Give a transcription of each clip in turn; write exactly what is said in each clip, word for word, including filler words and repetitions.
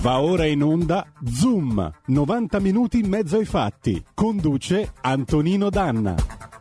Va ora in onda Zoom, novanta minuti in mezzo ai fatti. Conduce Antonino Danna.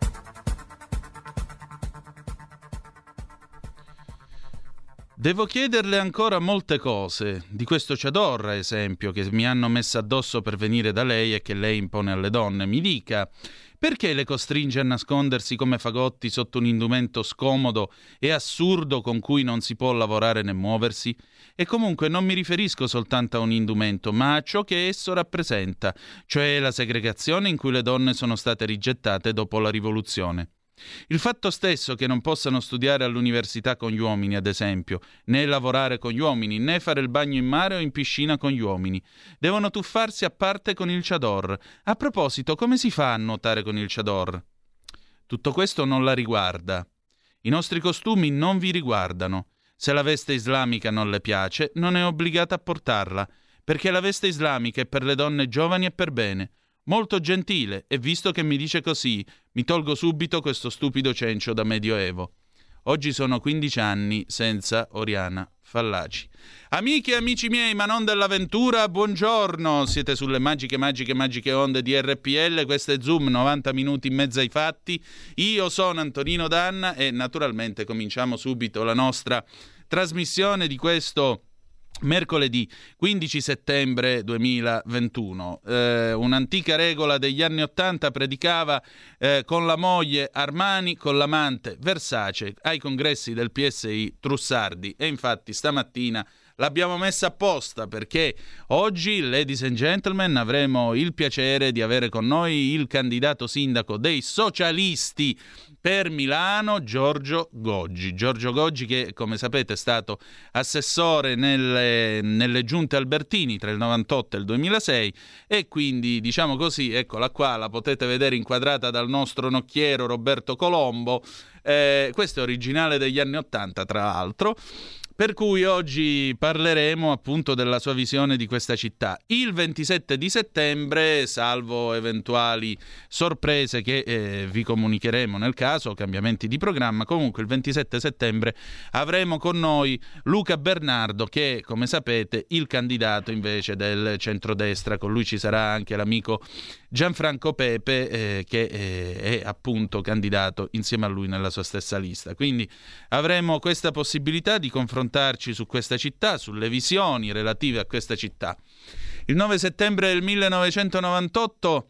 Devo chiederle ancora molte cose, di questo Chador, ad esempio, che mi hanno messo addosso per venire da lei e che lei impone alle donne. Mi dica, perché le costringe a nascondersi come fagotti sotto un indumento scomodo e assurdo con cui non si può lavorare né muoversi? E comunque non mi riferisco soltanto a un indumento, ma a ciò che esso rappresenta, cioè la segregazione in cui le donne sono state rigettate dopo la rivoluzione. Il fatto stesso che non possano studiare all'università con gli uomini, ad esempio, né lavorare con gli uomini, né fare il bagno in mare o in piscina con gli uomini. Devono tuffarsi a parte con il chador. A proposito, come si fa a nuotare con il chador? Tutto questo non la riguarda. I nostri costumi non vi riguardano. Se la veste islamica non le piace, non è obbligata a portarla, perché la veste islamica è per le donne giovani e per bene. Molto gentile, e visto che mi dice così, mi tolgo subito questo stupido cencio da medioevo. Oggi sono quindici anni senza Oriana Fallaci. Amiche e amici miei, ma non dell'avventura, buongiorno. Siete sulle magiche, magiche, magiche onde di R P L. Questo è Zoom, novanta minuti in mezzo ai fatti. Io sono Antonino Danna e naturalmente cominciamo subito la nostra trasmissione di questo mercoledì quindici settembre duemilaventuno. Eh, un'antica regola degli anni Ottanta predicava eh, con la moglie Armani, con l'amante Versace, ai congressi del P S I Trussardi, e infatti stamattina l'abbiamo messa apposta perché oggi, ladies and gentlemen, avremo il piacere di avere con noi il candidato sindaco dei socialisti per Milano, Giorgio Goggi. Giorgio Goggi che, come sapete, è stato assessore nelle, nelle giunte Albertini tra il novantotto e il duemilasei e quindi, diciamo così, eccola qua, la potete vedere inquadrata dal nostro nocchiero Roberto Colombo. Eh, questo è originale degli anni Ottanta, tra l'altro. Per cui oggi parleremo appunto della sua visione di questa città. Il ventisette di settembre, salvo eventuali sorprese che eh, vi comunicheremo nel caso, cambiamenti di programma, comunque il ventisette settembre avremo con noi Luca Bernardo, che è, come sapete, il candidato invece del centrodestra. Con lui ci sarà anche l'amico Gianfranco Pepe, eh, che eh, è appunto candidato insieme a lui nella sua stessa lista. Quindi avremo questa possibilità di confrontarci su questa città, sulle visioni relative a questa città. Il nove settembre del millenovecentonovantotto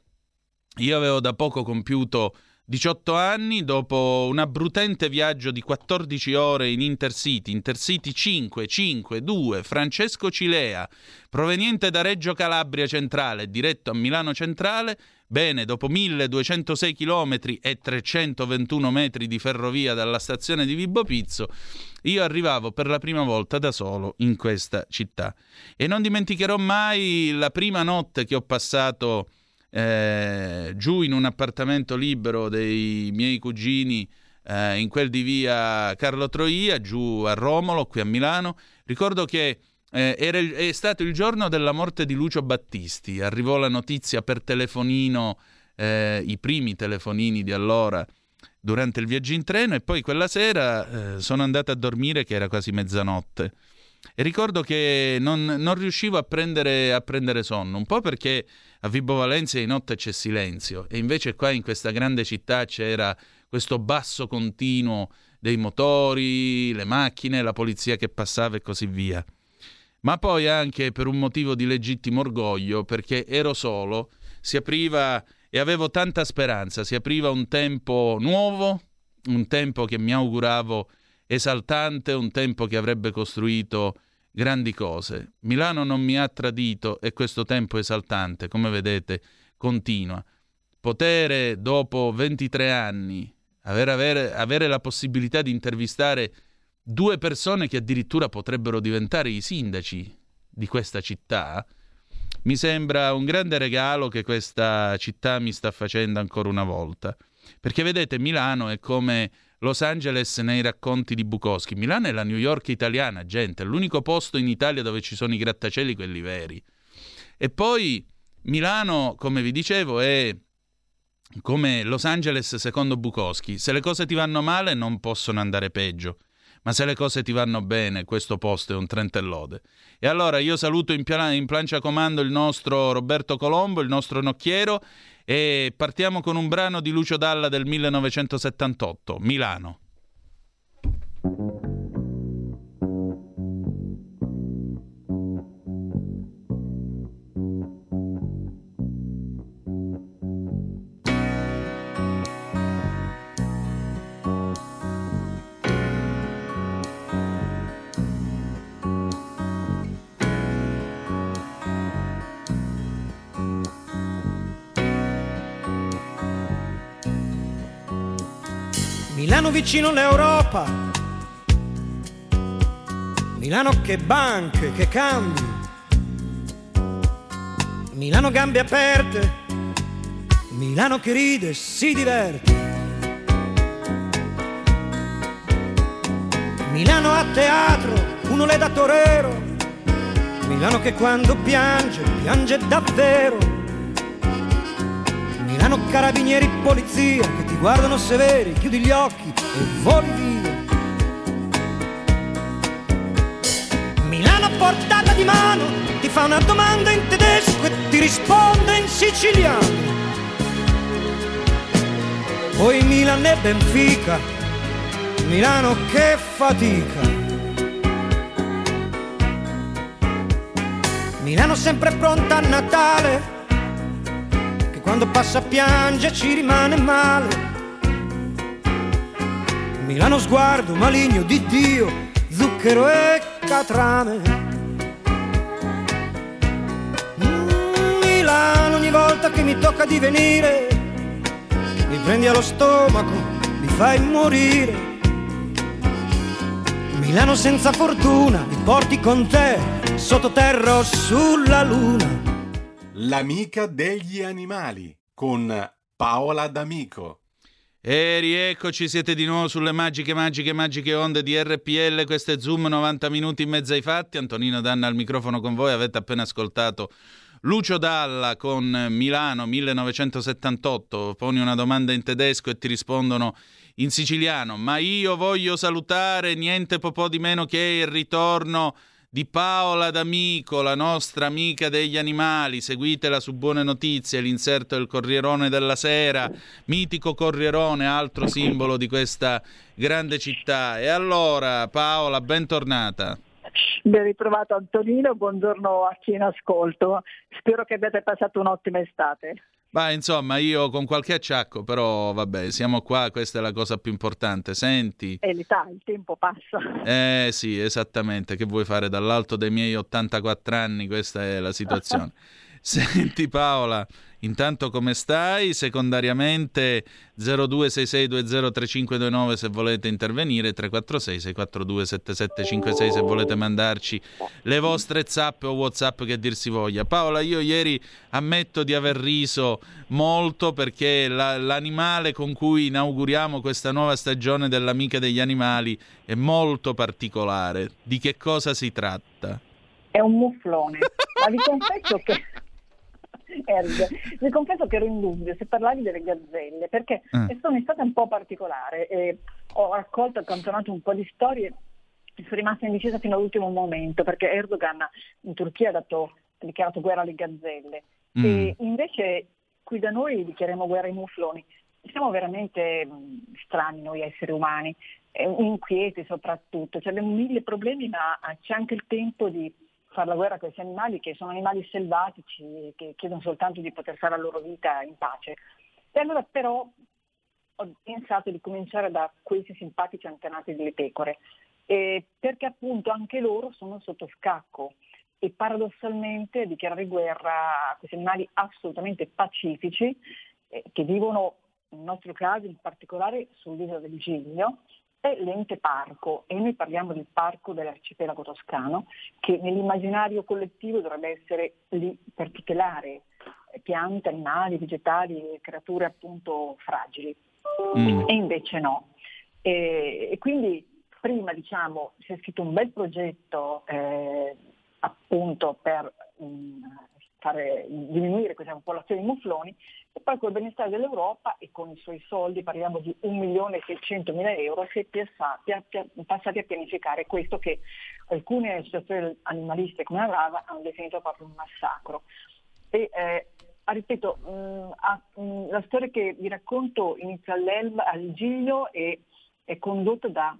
io avevo da poco compiuto diciotto anni, dopo un abbrutente viaggio di quattordici ore in Intercity, Intercity cinque cinque due, Francesco Cilea, proveniente da Reggio Calabria Centrale, diretto a Milano Centrale. Bene, dopo milleduecentosei chilometri e trecentoventuno metri di ferrovia dalla stazione di Vibo Pizzo, io arrivavo per la prima volta da solo in questa città. E non dimenticherò mai la prima notte che ho passato Eh, giù in un appartamento libero dei miei cugini, eh, in quel di via Carlo Troia, giù a Romolo, qui a Milano. Ricordo che eh, era il, è stato il giorno della morte di Lucio Battisti. Arrivò la notizia per telefonino, eh, i primi telefonini di allora, durante il viaggio in treno, e poi quella sera eh, sono andato a dormire che era quasi mezzanotte. E ricordo che non, non riuscivo a prendere, a prendere sonno, un po' perché a Vibo Valencia di notte c'è silenzio e invece qua in questa grande città c'era questo basso continuo dei motori, le macchine, la polizia che passava e così via. Ma poi anche per un motivo di legittimo orgoglio, perché ero solo, si apriva e avevo tanta speranza, si apriva un tempo nuovo, un tempo che mi auguravo esaltante, un tempo che avrebbe costruito grandi cose. Milano non mi ha tradito e questo tempo esaltante, come vedete, continua. Potere, dopo ventitré anni, avere, avere, avere la possibilità di intervistare due persone che addirittura potrebbero diventare i sindaci di questa città, mi sembra un grande regalo che questa città mi sta facendo ancora una volta. Perché vedete, Milano è come Los Angeles nei racconti di Bukowski. Milano è la New York italiana, gente, è l'unico posto in Italia dove ci sono i grattacieli, quelli veri. E poi Milano, come vi dicevo, è come Los Angeles secondo Bukowski. Se le cose ti vanno male non possono andare peggio, ma se le cose ti vanno bene, questo posto è un trentellode. E allora io saluto in, pia- in plancia comando il nostro Roberto Colombo, il nostro nocchiero, e partiamo con un brano di Lucio Dalla del millenovecentosettantotto, Milano. Milano vicino l'Europa, Milano che banche, che cambi, Milano gambe aperte, Milano che ride e si diverte, Milano a teatro, uno le da torero, Milano che quando piange, piange davvero, Milano carabinieri, polizia che ti guardano severi, chiudi gli occhi e voli via. Milano a portata di mano, ti fa una domanda in tedesco e ti risponde in siciliano. Poi Milano e Benfica, Milano che fatica. Milano sempre pronta a Natale, quando passa a piange ci rimane male. Milano sguardo maligno di Dio, zucchero e catrame. Mm, Milano ogni volta che mi tocca di venire, mi prendi allo stomaco, mi fai morire. Milano senza fortuna, mi porti con te, sottoterra o sulla luna. L'amica degli animali con Paola D'Amico. E rieccoci, siete di nuovo sulle magiche, magiche, magiche onde di R P L. Questo è Zoom, novanta minuti in mezzo ai fatti. Antonino Danna al microfono con voi. Avete appena ascoltato Lucio Dalla con Milano millenovecentosettantotto. Poni una domanda in tedesco e ti rispondono in siciliano. Ma io voglio salutare niente po' po' di meno che il ritorno di Paola D'Amico, la nostra amica degli animali. Seguitela su Buone Notizie, l'inserto del Corrierone della Sera, mitico Corrierone, altro simbolo di questa grande città. E allora, Paola, bentornata. Ben ritrovato Antonino, buongiorno a chi in ascolto. Spero che abbiate passato un'ottima estate. Beh, insomma, io con qualche acciacco, però vabbè, siamo qua, questa è la cosa più importante. Senti... E l'età, il tempo passa. Eh sì, esattamente, che vuoi fare dall'alto dei miei ottantaquattro anni, questa è la situazione. Senti Paola, intanto come stai? Secondariamente zero due sei sei due zero tre cinque due nove se volete intervenire, tre quattro sei sei quattro due sette sette cinque sei se volete mandarci le vostre zap o WhatsApp che dir si voglia. Paola, io ieri ammetto di aver riso molto perché la, l'animale con cui inauguriamo questa nuova stagione dell'Amica degli Animali è molto particolare. Di che cosa si tratta? È un muflone, ma vi confesso che Erg, vi confesso che ero in dubbio se parlavi delle gazzelle, perché eh. sono stata un po' particolare e ho raccolto al campionato un po' di storie e sono rimasta indecisa fino all'ultimo momento, perché Erdogan in Turchia ha, dato, ha dichiarato guerra alle gazzelle mm. e invece qui da noi dichiariamo guerra ai mufloni. Siamo veramente mh, strani noi esseri umani, eh, inquieti soprattutto, cioè, abbiamo mille problemi, ma c'è anche il tempo di fare la guerra a questi animali che sono animali selvatici che chiedono soltanto di poter fare la loro vita in pace. E allora però ho pensato di cominciare da questi simpatici antenati delle pecore, eh, perché appunto anche loro sono sotto scacco e paradossalmente dichiarare guerra a questi animali assolutamente pacifici eh, che vivono, nel nostro caso in particolare sull'isola del Giglio, è l'ente parco, e noi parliamo del parco dell'arcipelago toscano, che nell'immaginario collettivo dovrebbe essere lì per tutelare piante, animali, vegetali e creature appunto fragili, mm. e invece no. E, e quindi prima diciamo si è scritto un bel progetto eh, appunto per mh, fare diminuire questa popolazione di mufloni, e poi col benestare dell'Europa e con i suoi soldi, parliamo di un milione e seicentomila euro, si è passati a, passati a pianificare questo che alcune associazioni animaliste come la Rava hanno definito proprio un massacro. E eh, ripeto, mh, a, mh, la storia che vi racconto inizia all'Elba, al Giglio, e è condotto da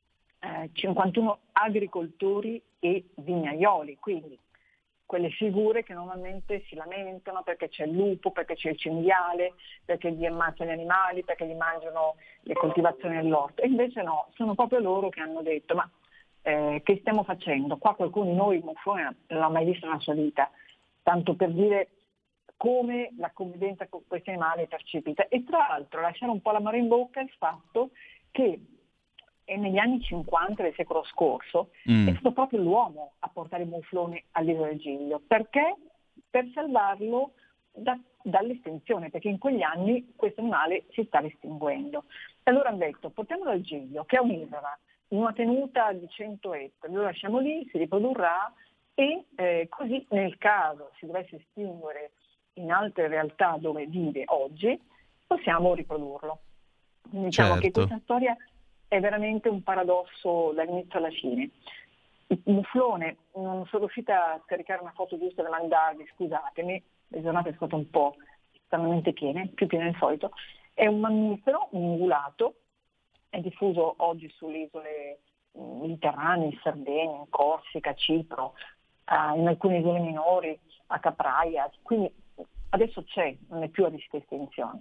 eh, cinquantuno agricoltori e vignaioli, quindi quelle figure che normalmente si lamentano perché c'è il lupo, perché c'è il cinghiale, perché gli ammazzano gli animali, perché gli mangiano le coltivazioni dell'orto. E invece no, sono proprio loro che hanno detto: ma eh, che stiamo facendo? Qua qualcuno di noi muflone non l'ha mai visto nella sua vita, tanto per dire come la convivenza con questi animali è percepita. E tra l'altro lasciare un po' l'amaro in bocca il fatto che e negli anni cinquanta del secolo scorso mm. è stato proprio l'uomo a portare il muflone all'isola del Giglio. Perché? Per salvarlo da, dall'estinzione, perché in quegli anni questo animale si stava estinguendo. E allora hanno detto: portiamolo al Giglio, che è un'isola, in una tenuta di cento ettari, lo lasciamo lì, si riprodurrà, e eh, così nel caso si dovesse estinguere in altre realtà dove vive oggi, possiamo riprodurlo. Quindi diciamo certo. che questa storia è veramente un paradosso dall'inizio alla fine. Il muflone, non sono riuscita a scaricare una foto giusta da mandarvi, scusatemi, le giornate sono state un po' estremamente piene, più piene del solito. È un mammifero, un ungulato, è diffuso oggi sulle isole mediterranee, in Sardegna, in Corsica, Cipro, uh, in alcune isole minori, a Capraia, quindi adesso c'è, non è più a rischio di estinzione.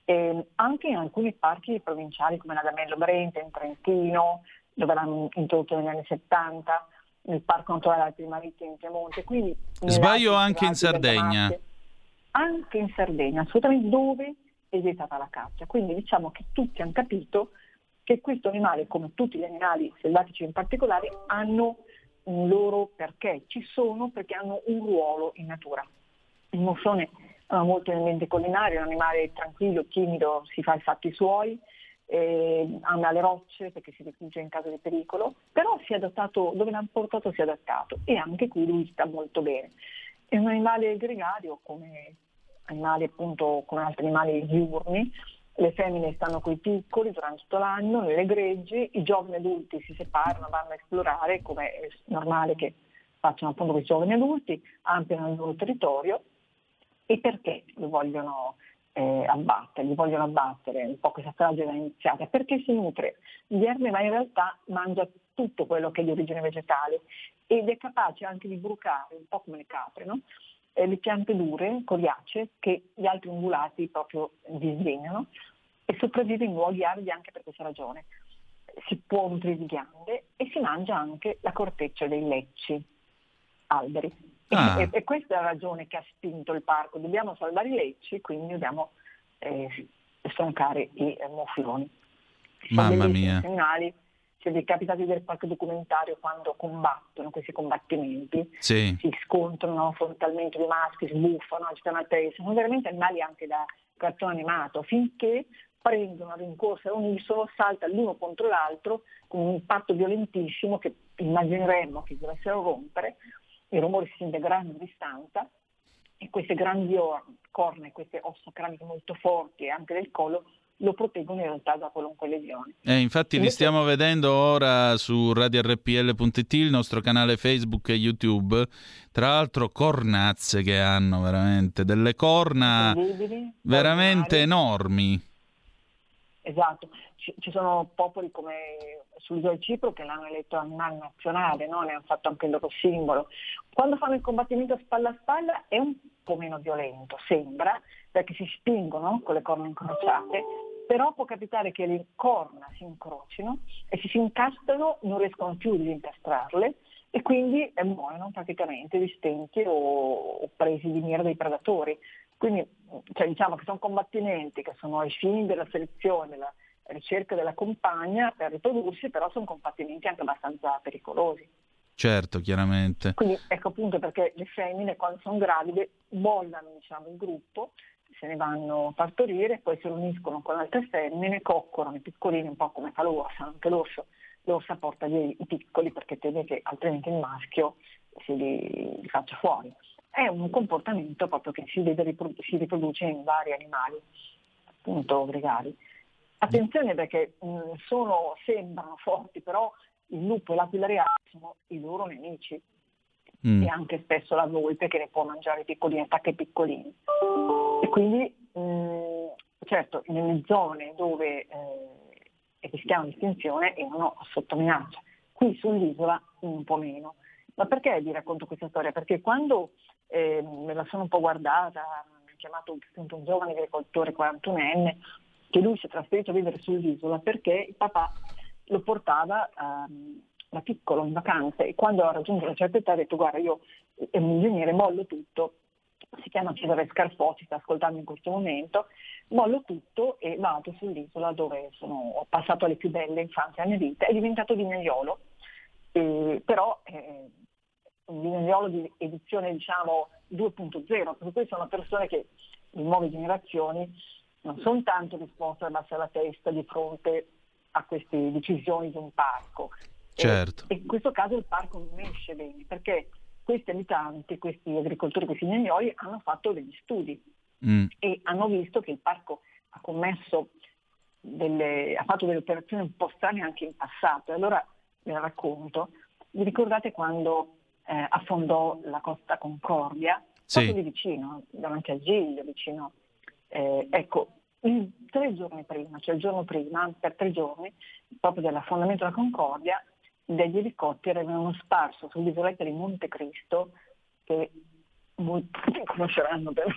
E anche in alcuni parchi provinciali come l'Adamello Brenta in Trentino, dove l'hanno introdotto negli anni settanta, nel Parco Naturale Alpi Marittimi in Piemonte. Quindi sbaglio anche in Sardegna. Anche in Sardegna, assolutamente, dove è vietata la caccia. Quindi diciamo che tutti hanno capito che questo animale, come tutti gli animali selvatici in particolare, hanno un loro perché, ci sono perché hanno un ruolo in natura. Il muflone è molto nell'ambiente collinare, è un animale tranquillo, timido, si fa i fatti suoi, eh, ama le rocce perché si rifugia in caso di pericolo, però si è adattato, dove l'hanno portato si è adattato, e anche qui lui sta molto bene. È un animale gregario, come animali appunto come altri animali diurni. Le femmine stanno con i piccoli durante tutto l'anno, nelle greggi, i giovani adulti si separano, vanno a esplorare, come è normale che facciano appunto quei giovani adulti, ampliano il loro territorio. E perché li vogliono eh, abbattere? Li vogliono abbattere, un po' questa strage è iniziata, perché si nutre di erbe, ma in realtà mangia tutto quello che è di origine vegetale ed è capace anche di brucare, un po' come le capre, no? eh, le piante dure, coriacee, che gli altri ungulati proprio disdegnano, e sopravvive in luoghi aridi anche per questa ragione. Si può nutrire di ghiande e si mangia anche la corteccia dei lecci, alberi. Ah. E, e questa è la ragione che ha spinto il parco: dobbiamo salvare i lecci, quindi dobbiamo eh, stoncare i eh, mufloni. Mamma mia. Segnali, se vi è capitato di vedere qualche documentario quando combattono questi combattimenti, sì. si scontrano frontalmente dei maschi, sbuffano, agitano la testa, sono veramente animali anche da cartone animato, finché prendono a rincorsa un isolo, salta l'uno contro l'altro con un impatto violentissimo che immagineremmo che dovessero rompere. I rumori si integreranno a distanza e queste grandi or- corna e queste ossa craniche molto forti e anche del collo lo proteggono in realtà da qualunque lesione. Eh, infatti li stiamo vedendo ora su radio erre pi elle punto it, il nostro canale Facebook e YouTube. Tra l'altro cornazze che hanno, veramente, delle corna veramente enormi. Esatto, ci, ci sono popoli come sull'isola di Cipro che l'hanno eletto animale nazionale, no? Ne hanno fatto anche il loro simbolo. Quando fanno il combattimento spalla a spalla è un po' meno violento, sembra, perché si spingono con le corna incrociate, però può capitare che le corna si incrocino e se si incastrano non riescono più a disincastrarle e quindi muoiono praticamente di stenti o, o presi di mira dai predatori. Quindi cioè, diciamo che sono combattimenti che sono ai fini della selezione, della ricerca della compagna per riprodursi, però sono combattimenti anche abbastanza pericolosi. Certo, chiaramente. Quindi ecco appunto perché le femmine quando sono gravide mollano diciamo, il gruppo, se ne vanno a partorire, poi si riuniscono con altre femmine, coccolano i piccolini un po' come fa l'orsa, anche l'orso, l'orsa porta via i piccoli perché teme che altrimenti il maschio si li, li faccia fuori. è un comportamento proprio che si, vede, si riproduce in vari animali, appunto gregari. Attenzione perché mh, sono, sembrano forti, però il lupo e l'aquila reale sono i loro nemici, mm. e anche spesso la volpe che ne può mangiare piccolini, attacca i piccolini. E quindi mh, certo nelle zone dove eh, rischiamo di estinzione erano sotto minaccia, qui sull'isola un po' meno. Ma perché vi racconto questa storia? Perché quando eh, me la sono un po' guardata, mi ha chiamato appunto un giovane agricoltore quarantunenne, che lui si è trasferito a vivere sull'isola perché il papà lo portava um, da piccolo in vacanze, e quando ha raggiunto una certa età ha detto: guarda, io è un ingegnere, mollo tutto, si chiama Cesare Scarfozzi, sta ascoltando in questo momento, mollo tutto e vado sull'isola dove sono, ho passato le più belle infanzie della mia vita. È diventato vignaiolo, eh, però eh, un vignaiolo di edizione diciamo due punto zero, per cui sono persone che, le nuove generazioni, non sono tanto disposte a abbassare la testa di fronte a queste decisioni di un parco. Certo. E, e in questo caso il parco non esce bene, perché questi abitanti, questi agricoltori, questi vignaioli hanno fatto degli studi mm. e hanno visto che il parco ha commesso delle, ha fatto delle operazioni un po' strane anche in passato. E allora ve la racconto. Vi ricordate quando eh, affondò la Costa Concordia? Sì. Proprio lì vicino, davanti a Giglio, vicino. Eh, ecco, tre giorni prima, cioè il giorno prima, per tre giorni, proprio dell'affondamento della Concordia, degli elicotteri avevano sparso sull'isoletta di Monte Cristo, che molti conosceranno per...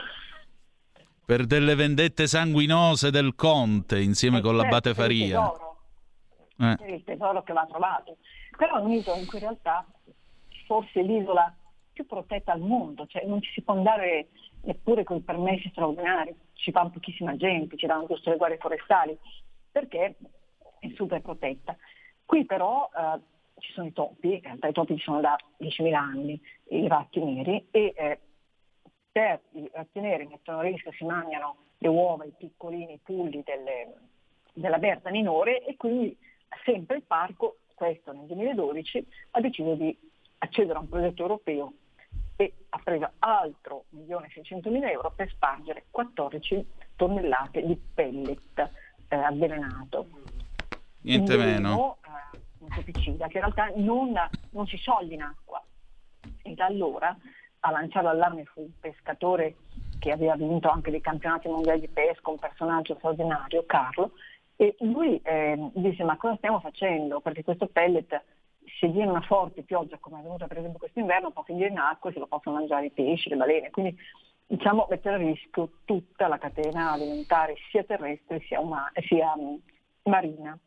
per delle vendette sanguinose del conte insieme eh, con certo, l'abate per il Faria. tesoro, Eh. per il tesoro che va trovato. Però è un'isola in cui in realtà forse l'isola più protetta al mondo, cioè non ci si può andare neppure con i permessi straordinari, ci va pochissima gente, ci danno giusto le guardie forestali, perché è super protetta. Qui però eh, ci sono i topi, in realtà i topi ci sono da diecimila anni, i ratti neri, e eh, per i ratti neri mettono a rischio, si mangiano le uova, i piccolini, i pulli delle, della berta minore, e quindi sempre il parco, questo nel duemiladodici, ha deciso di accedere a un progetto europeo e ha preso altro un milione e seicentomila euro per spargere quattordici tonnellate di pellet eh, avvelenato. Niente un veleno, meno. Eh, un pesticida che in realtà non, non si scioglie in acqua. E da allora a lanciare l'allarme fu un pescatore che aveva vinto anche dei campionati mondiali di pesca, un personaggio straordinario, Carlo, e lui eh, disse: ma cosa stiamo facendo? Perché questo pellet, se viene una forte pioggia come è venuta per esempio quest'inverno, può finire in acqua e se lo possono mangiare i pesci, le balene, quindi diciamo mettere a rischio tutta la catena alimentare sia terrestre sia, umana, sia um, marina.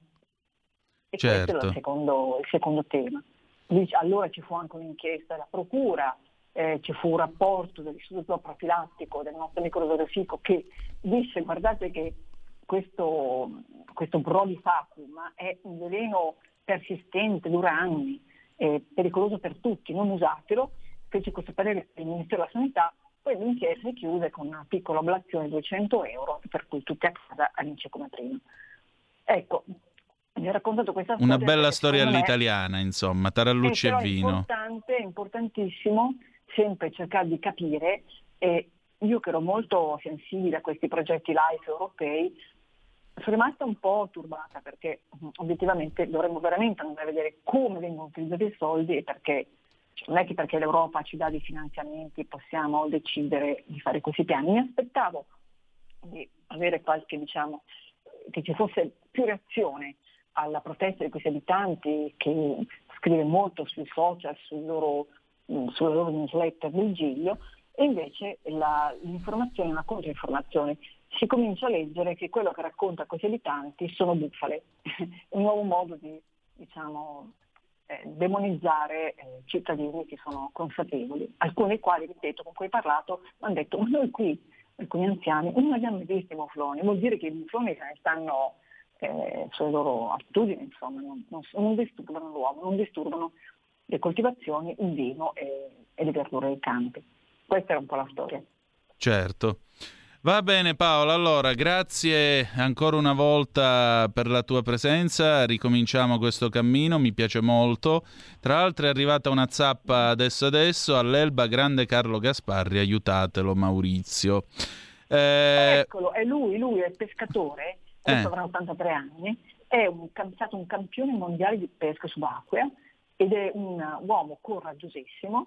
E certo. Questo è il secondo, il secondo tema. Allora ci fu anche un'inchiesta della procura, eh, ci fu un rapporto dell'istituto profilattico del nostro amico Rosario Fico che disse: guardate che questo, questo brodifacium è un veleno persistente, dura anni, è pericoloso per tutti, non usatelo. Fece questo parere il Ministero della Sanità, poi l'inchiesta si chiuse con una piccola oblazione di duecento euro, per cui tutti a casa a vince come prima. Ecco, vi ho raccontato questa storia. Una bella storia me, all'italiana, insomma, tarallucci eh, e vino. È importante, è importantissimo sempre cercare di capire, e io che ero molto sensibile a questi progetti LIFE europei, sono rimasta un po' turbata, perché obiettivamente dovremmo veramente andare a vedere come vengono utilizzati i soldi, e perché cioè, non è che perché l'Europa ci dà dei finanziamenti possiamo decidere di fare questi piani. Mi aspettavo di avere qualche, diciamo, che ci fosse più reazione alla protesta di questi abitanti, che scrive molto sui social, sul loro, sulla loro newsletter del Giglio, e invece la, l'informazione è una controinformazione. Si comincia a leggere che quello che racconta questi abitanti sono bufale, un nuovo modo di, diciamo, eh, demonizzare eh, cittadini che sono consapevoli, alcuni quali, ripeto, con cui ho parlato, hanno detto: ma noi qui, alcuni anziani, non abbiamo mai visto i mufloni. Vuol dire che i mufloni se ne stanno eh, sulle loro attitudini, insomma, non, non, non disturbano l'uomo, non disturbano le coltivazioni, il vino e, e le verdure dei campi. Questa era un po' la storia. Certo. Va bene Paola, allora grazie ancora una volta per la tua presenza, ricominciamo questo cammino, mi piace molto. Tra l'altro è arrivata una zappa adesso adesso, all'Elba grande Carlo Gasparri, aiutatelo Maurizio. Eh... Eccolo, è lui, lui è il pescatore, adesso eh. avrà ottantatré anni, è un, stato un campione mondiale di pesca subacquea ed è un uomo coraggiosissimo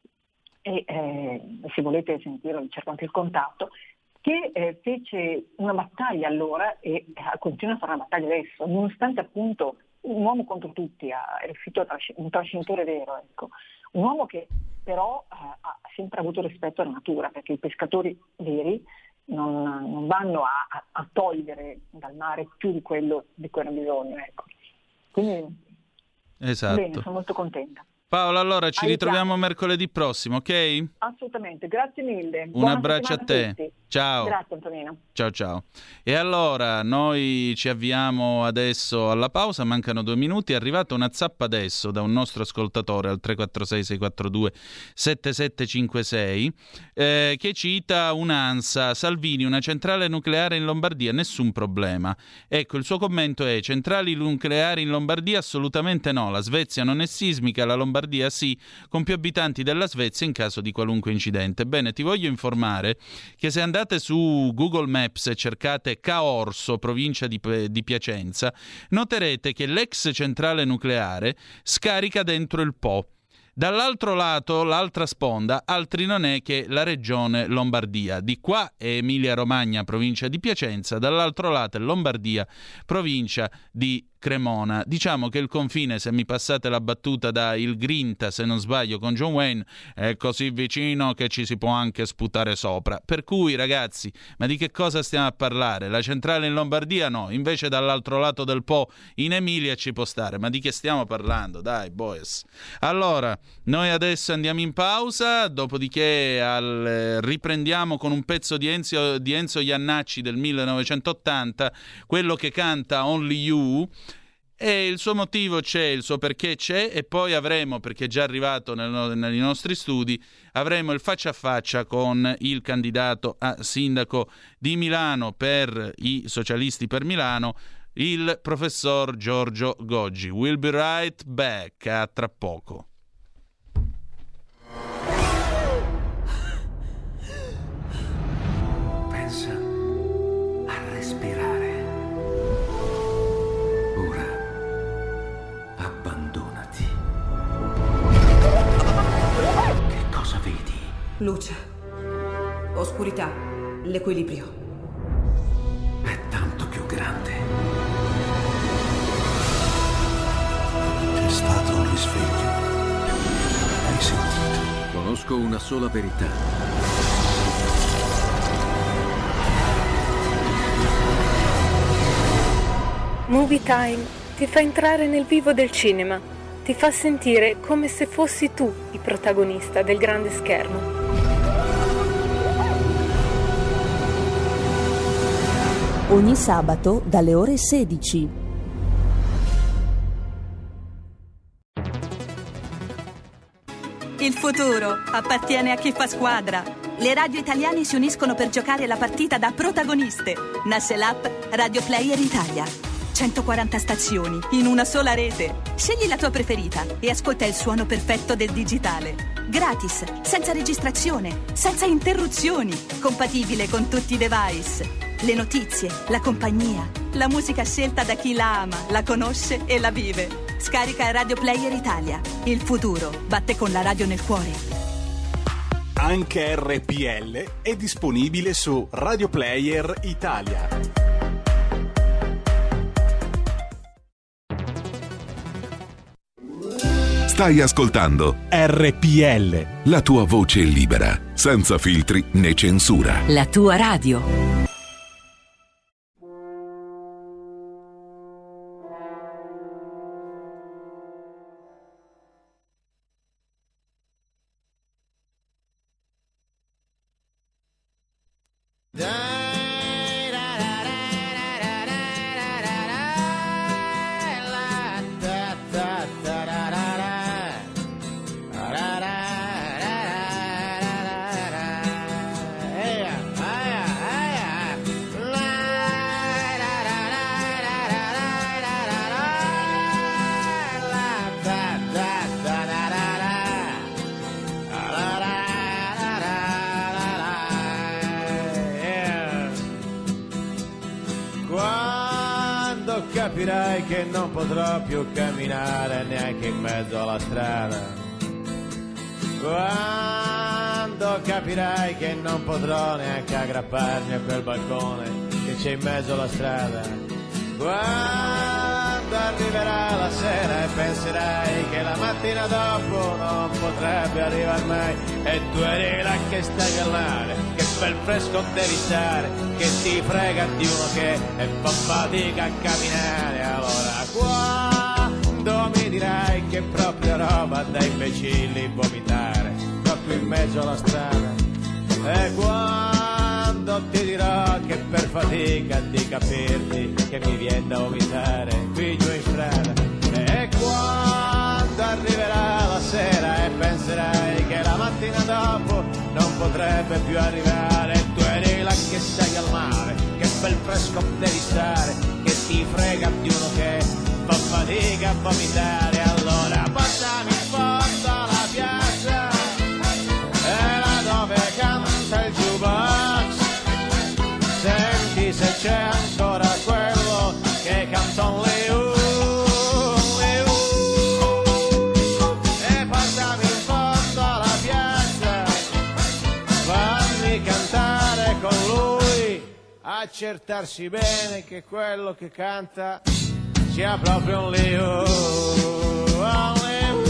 e eh, se volete sentirlo cerco anche il contatto, che eh, fece una battaglia allora e eh, continua a fare una battaglia adesso, nonostante appunto un uomo contro tutti, ha, è riuscito a trasc- un trascinatore vero, ecco. Un uomo che però eh, ha sempre avuto rispetto alla natura, perché i pescatori veri non, non vanno a, a, a togliere dal mare più di quello di cui hanno bisogno, ecco. Quindi esatto. Bene, sono molto contenta. Paola, allora ci Aiutiamo. ritroviamo mercoledì prossimo, ok? Assolutamente, grazie mille. Un Buona abbraccio a te. tutti. Ciao. Grazie Antonino. Ciao ciao. E allora noi ci avviamo adesso alla pausa, mancano due minuti, è arrivata una zappa adesso da un nostro ascoltatore al tre quattro sei sei quattro due sette sette cinque sei eh, che cita un'ANSA, Salvini, una centrale nucleare in Lombardia, nessun problema. Ecco, il suo commento è: centrali nucleari in Lombardia assolutamente no, la Svezia non è sismica, la Lombardia sì, con più abitanti della Svezia in caso di qualunque incidente. Bene, ti voglio informare che se andate su Google Maps e cercate Caorso, provincia di, di Piacenza, noterete che l'ex centrale nucleare scarica dentro il Po. Dall'altro lato, l'altra sponda, altri non è che la regione Lombardia. Di qua è Emilia-Romagna, provincia di Piacenza, dall'altro lato è Lombardia, provincia di Cremona. Diciamo che il confine, se mi passate la battuta da Il Grinta, se non sbaglio, con John Wayne, è così vicino che ci si può anche sputare sopra. Per cui, ragazzi, ma di che cosa stiamo a parlare? La centrale in Lombardia no, invece dall'altro lato del Po in Emilia ci può stare. Ma di che stiamo parlando? Dai, boys. Allora, noi adesso andiamo in pausa, dopodiché al, eh, riprendiamo con un pezzo di Enzo, di Enzo Iannacci del millenovecentottanta, quello che canta Only You. E il suo motivo c'è, il suo perché c'è, e poi avremo, perché è già arrivato nel, nei nostri studi, avremo il faccia a faccia con il candidato a sindaco di Milano per i socialisti per Milano, il professor Giorgio Goggi. We'll be right back, a tra poco. Pensa a respirare. Ora abbandonati. Che cosa vedi? Luce, oscurità, l'equilibrio. È tanto più grande. C'è stato un risveglio. Hai sentito? Conosco una sola verità. Movie Time ti fa entrare nel vivo del cinema, ti fa sentire come se fossi tu il protagonista del grande schermo. Ogni sabato dalle ore sedici. Il futuro appartiene a chi fa squadra. Le radio italiane si uniscono per giocare la partita da protagoniste. Nasce l'app Radio Player Italia. centoquaranta stazioni in una sola rete. Scegli la tua preferita e ascolta il suono perfetto del digitale. Gratis, senza registrazione, senza interruzioni, compatibile con tutti i device. Le notizie, la compagnia, la musica scelta da chi la ama, la conosce e la vive. Scarica Radio Player Italia. Il futuro batte con la radio nel cuore. Anche R P L è disponibile su Radio Player Italia. Stai ascoltando R P L, la tua voce libera, senza filtri né censura. La tua radio. capirai che non potrò più camminare neanche in mezzo alla strada. Quando capirai che non potrò neanche aggrapparmi a quel balcone che c'è in mezzo alla strada. Quando arriverà la sera e penserai che la mattina dopo non potrebbe arrivare mai, e tu eri là che stai a mare, che bel fresco devi stare, che ti frega di uno che e fa fatica a camminare. Allora quando mi dirai che è proprio roba da imbecilli vomitare proprio in mezzo alla strada, e quando ti dirò che per fatica di capirti che mi viene da vomitare qui giù in strada, e quando arriverà la sera e penserai che la mattina dopo non potrebbe più arrivare, tu eri là che stai al mare, che bel fresco devi stare, che ti frega di uno che fa fatica a vomitare. Allora portami in fondo alla piazza, è là dove canta il jukebox, senti se c'è ancora quello che canta un liu, liu. E portami in fondo alla piazza, fammi cantare con lui, accertarsi bene che quello che canta sia proprio un liu, un liu.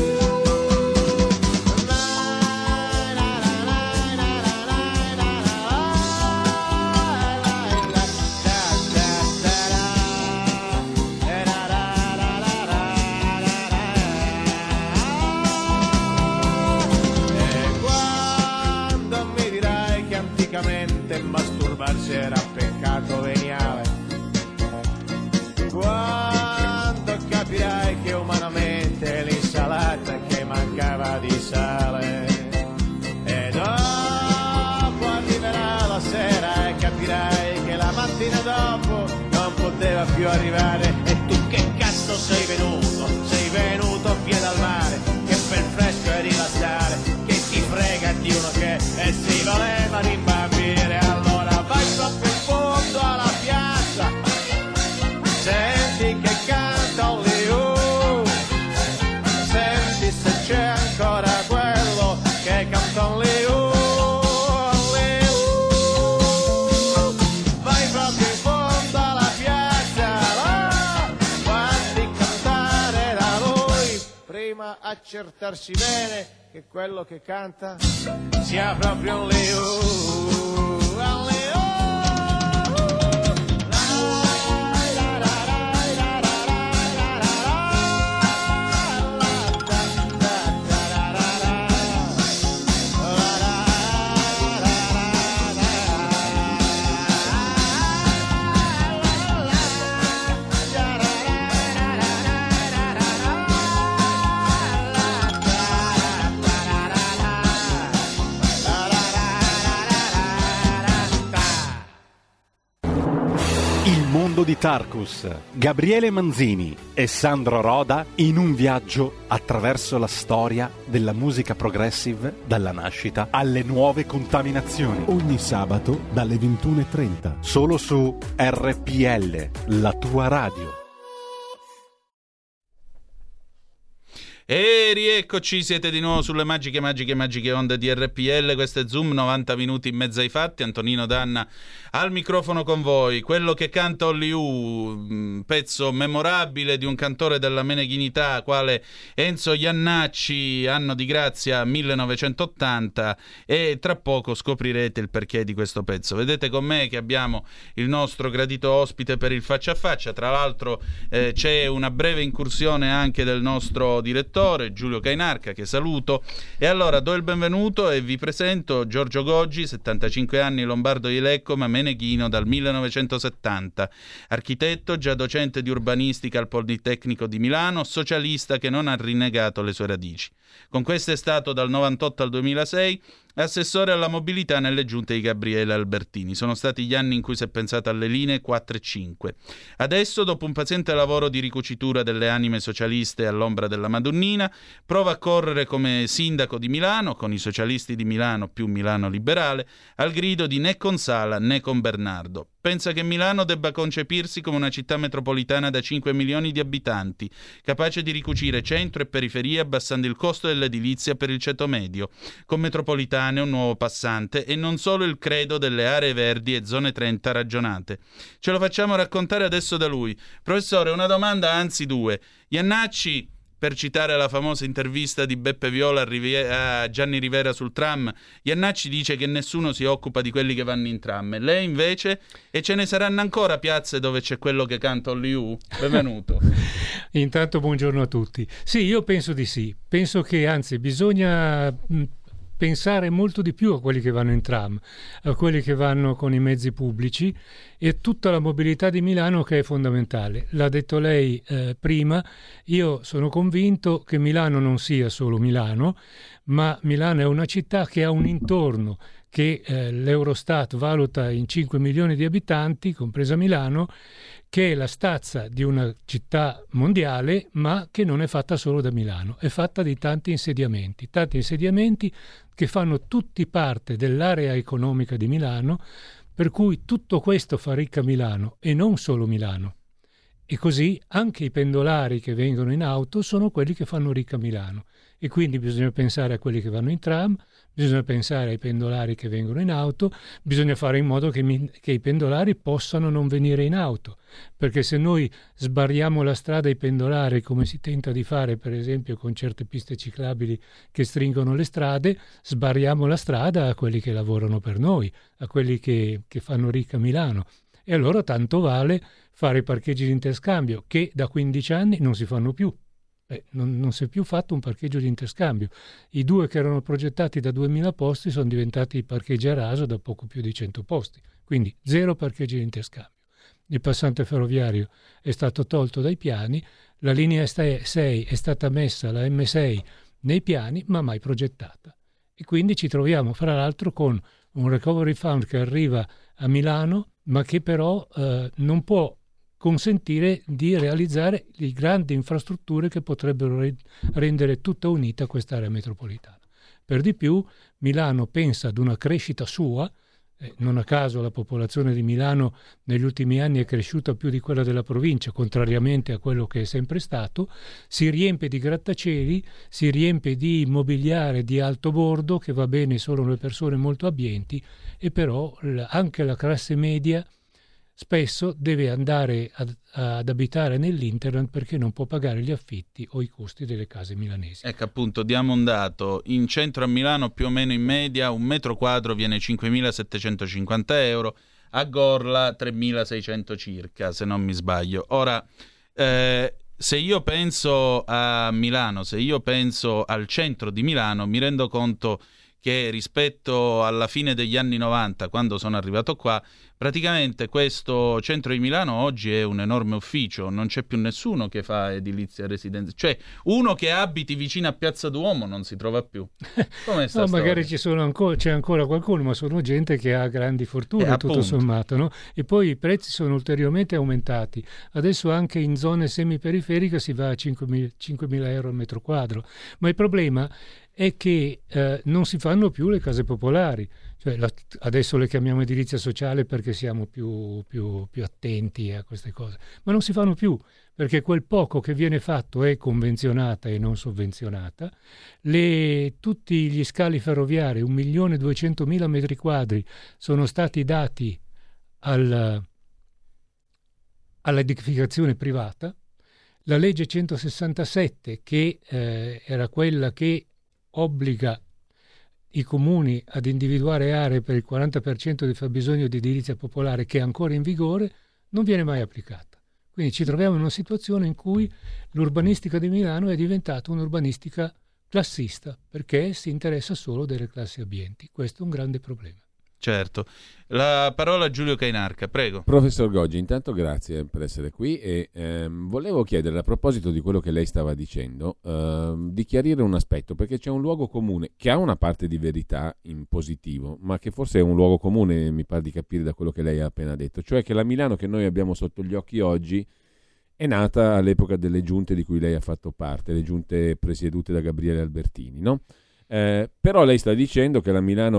Masturbarsi era peccato veniale, quando capirai che umanamente l'insalata che mancava di sale, e dopo arriverà la sera e capirai che la mattina dopo non poteva più arrivare, e tu che cazzo sei venuto? Sei venuto via dal mare, che bel fresco e rilassare, che ti frega di uno che e si voleva rimbambire. Allora vai proprio in fondo alla piazza, senti che canta un liu, senti se c'è ancora quello che canta un liu, liu. Vai proprio in fondo alla piazza, là, fatti cantare da lui, prima accertarsi bene che quello che canta sia proprio un liu, un liu. Di Tarkus, Gabriele Manzini e Sandro Roda in un viaggio attraverso la storia della musica progressive dalla nascita alle nuove contaminazioni. Ogni sabato dalle ventuno e trenta. Solo su R P L, la tua radio. E rieccoci, siete di nuovo sulle magiche, magiche, magiche onde di R P L. Questo è Zoom, novanta minuti in mezzo ai fatti. Antonino Danna al microfono con voi. Quello che canta Hollywood, pezzo memorabile di un cantore della meneghinità quale Enzo Jannacci, anno di grazia millenovecentottanta, e tra poco scoprirete il perché di questo pezzo. Vedete con me che abbiamo il nostro gradito ospite per il faccia a faccia. Tra l'altro eh, c'è una breve incursione anche del nostro direttore Giulio Cainarca, che saluto. E allora do il benvenuto e vi presento Giorgio Goggi, settantacinque anni, lombardo di Lecco, ma meneghino dal millenovecentosettanta, architetto, già docente di urbanistica al Politecnico di Milano, socialista che non ha rinnegato le sue radici. Con questo è stato dal novantotto al duemilasei assessore alla mobilità nelle giunte di Gabriele Albertini. Sono stati gli anni in cui si è pensato alle linee quattro e cinque. Adesso, dopo un paziente lavoro di ricucitura delle anime socialiste all'ombra della Madonnina, cammina, prova a correre come sindaco di Milano, con i socialisti di Milano più Milano Liberale, al grido di né con Sala né con Bernardo. Pensa che Milano debba concepirsi come una città metropolitana da cinque milioni di abitanti, capace di ricucire centro e periferia abbassando il costo dell'edilizia per il ceto medio, con metropolitane, un nuovo passante e non solo il credo delle aree verdi e zone trenta ragionate. Ce lo facciamo raccontare adesso da lui. Professore, una domanda, anzi due. Iannacci, per citare la famosa intervista di Beppe Viola a, Rivier- a Gianni Rivera sul tram, Iannacci dice che nessuno si occupa di quelli che vanno in tram. Lei invece? E ce ne saranno ancora piazze dove c'è quello che canta Only You? Benvenuto. Intanto buongiorno a tutti. Sì, io penso di sì. Penso che anzi bisogna mh, pensare molto di più a quelli che vanno in tram, a quelli che vanno con i mezzi pubblici e tutta la mobilità di Milano, che è fondamentale. L'ha detto lei eh, prima, io sono convinto che Milano non sia solo Milano, ma Milano è una città che ha un intorno che eh, l'Eurostat valuta in cinque milioni di abitanti, compresa Milano, che è la stazza di una città mondiale, ma che non è fatta solo da Milano, è fatta di tanti insediamenti, tanti insediamenti che fanno tutti parte dell'area economica di Milano, per cui tutto questo fa ricca Milano e non solo Milano. E così anche i pendolari che vengono in auto sono quelli che fanno ricca Milano. E quindi bisogna pensare a quelli che vanno in tram, bisogna pensare ai pendolari che vengono in auto, bisogna fare in modo che, mi, che i pendolari possano non venire in auto, perché se noi sbarriamo la strada ai pendolari, come si tenta di fare per esempio con certe piste ciclabili che stringono le strade, sbarriamo la strada a quelli che lavorano per noi, a quelli che, che fanno ricca Milano. E allora tanto vale fare i parcheggi di interscambio, che da quindici anni non si fanno più. Eh, non, non si è più fatto un parcheggio di interscambio. I due che erano progettati da duemila posti sono diventati parcheggi a raso da poco più di cento posti. Quindi zero parcheggi di interscambio. Il passante ferroviario è stato tolto dai piani, la linea sei è stata messa, la emme sei, nei piani, ma mai progettata. E quindi ci troviamo, fra l'altro, con un recovery fund che arriva a Milano, ma che però eh, non può consentire di realizzare le grandi infrastrutture che potrebbero re- rendere tutta unita quest'area metropolitana. Per di più, Milano pensa ad una crescita sua, eh, non a caso la popolazione di Milano negli ultimi anni è cresciuta più di quella della provincia, contrariamente a quello che è sempre stato, si riempie di grattacieli, si riempie di immobiliare di alto bordo, che va bene solo alle persone molto abbienti, e però l- anche la classe media spesso deve andare ad, ad abitare nell'internet perché non può pagare gli affitti o i costi delle case milanesi. Ecco, appunto, diamo un dato. In centro a Milano più o meno in media un metro quadro viene cinquemilasettecentocinquanta euro, a Gorla tremilaseicento circa, se non mi sbaglio. Ora, eh, se io penso a Milano, se io penso al centro di Milano, mi rendo conto che rispetto alla fine degli anni novanta, quando sono arrivato qua, praticamente questo centro di Milano oggi è un enorme ufficio, non c'è più nessuno che fa edilizia residenziale, cioè uno che abiti vicino a Piazza Duomo non si trova più. Come sta no, storia? Magari ci sono ancora, c'è ancora qualcuno, ma sono gente che ha grandi fortune, eh, tutto sommato, no? E poi i prezzi sono ulteriormente aumentati. Adesso anche in zone semiperiferiche si va a cinquemila euro al metro quadro, ma il problema è che eh, non si fanno più le case popolari, cioè la, adesso le chiamiamo edilizia sociale perché siamo più, più, più attenti a queste cose, ma non si fanno più perché quel poco che viene fatto è convenzionata e non sovvenzionata. Le, tutti gli scali ferroviari, un milione duecentomila metri quadri, sono stati dati al, all'edificazione privata. La legge centosessantasette, che eh, era quella che obbliga i comuni ad individuare aree per il quaranta per cento del fabbisogno di edilizia popolare, che è ancora in vigore, non viene mai applicata. Quindi ci troviamo in una situazione in cui l'urbanistica di Milano è diventata un'urbanistica classista, perché si interessa solo delle classi abbienti. Questo è un grande problema. Certo. La parola a Giulio Cainarca, prego. Professor Goggi, intanto grazie per essere qui e ehm, volevo chiedere, a proposito di quello che lei stava dicendo, ehm, di chiarire un aspetto, perché c'è un luogo comune che ha una parte di verità in positivo, ma che forse è un luogo comune, mi pare di capire da quello che lei ha appena detto, cioè che la Milano che noi abbiamo sotto gli occhi oggi è nata all'epoca delle giunte di cui lei ha fatto parte, le giunte presiedute da Gabriele Albertini, no? Eh, però lei sta dicendo che la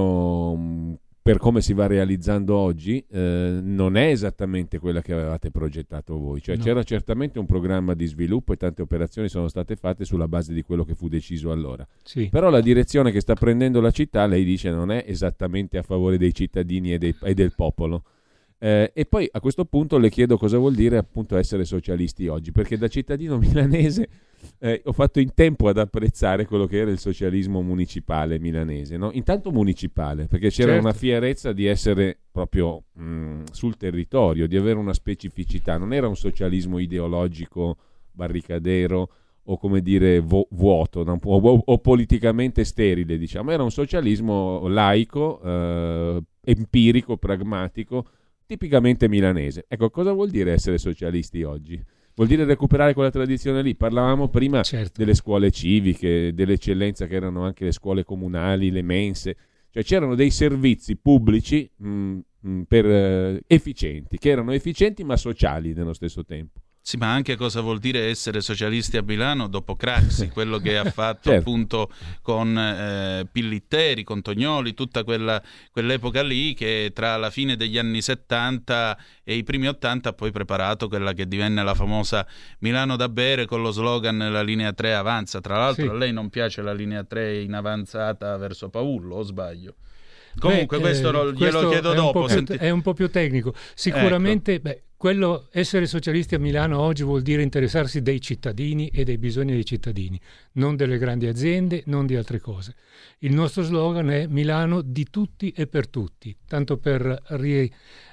Milano, per come si va realizzando oggi, eh, non è esattamente quella che avevate progettato voi, cioè no. C'era certamente un programma di sviluppo e tante operazioni sono state fatte sulla base di quello che fu deciso allora, sì. Però la direzione che sta prendendo la città, lei dice, non è esattamente a favore dei cittadini e, dei, e del popolo. Eh, e poi a questo punto le chiedo cosa vuol dire appunto essere socialisti oggi, perché da cittadino milanese eh, ho fatto in tempo ad apprezzare quello che era il socialismo municipale milanese, no? Intanto municipale, perché c'era certo. una fierezza di essere proprio mh, sul territorio, di avere una specificità, non era un socialismo ideologico barricadero o come dire vo- vuoto o, o, o politicamente sterile, diciamo, era un socialismo laico, eh, empirico, pragmatico, tipicamente milanese. Ecco, cosa vuol dire essere socialisti oggi? Vuol dire recuperare quella tradizione lì. Parlavamo prima certo. delle scuole civiche, dell'eccellenza che erano anche le scuole comunali, le mense, cioè c'erano dei servizi pubblici mh, mh, per, eh, efficienti, che erano efficienti ma sociali nello stesso tempo. Sì, ma anche cosa vuol dire essere socialisti a Milano dopo Craxi, quello che ha fatto certo. appunto con eh, Pillitteri, con Tognoli, tutta quella, quell'epoca lì che tra la fine degli anni settanta e i primi ottanta ha poi preparato quella che divenne la famosa Milano da bere con lo slogan la linea tre avanza. Tra l'altro sì. A lei non piace la linea tre in avanzata verso Paullo, o sbaglio? Comunque beh, questo, eh, lo, questo glielo chiedo è dopo. Un Senti... È un po' più tecnico. Sicuramente... Ecco. Beh, quello, essere socialisti a Milano oggi vuol dire interessarsi dei cittadini e dei bisogni dei cittadini, non delle grandi aziende, non di altre cose. Il nostro slogan è Milano di tutti e per tutti, tanto per ri,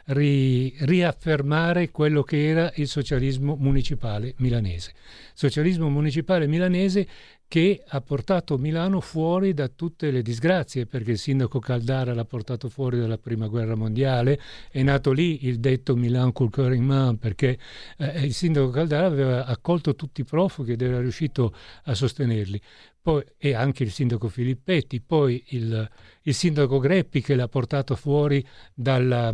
ri, riaffermare quello che era il socialismo municipale milanese. Socialismo municipale milanese che ha portato Milano fuori da tutte le disgrazie, perché il sindaco Caldara l'ha portato fuori dalla prima guerra mondiale, è nato lì il detto Milan col cuore in mano, perché eh, il sindaco Caldara aveva accolto tutti i profughi ed era riuscito a sostenerli. Poi, e anche il sindaco Filippetti, poi il, il sindaco Greppi che l'ha portato fuori dalla...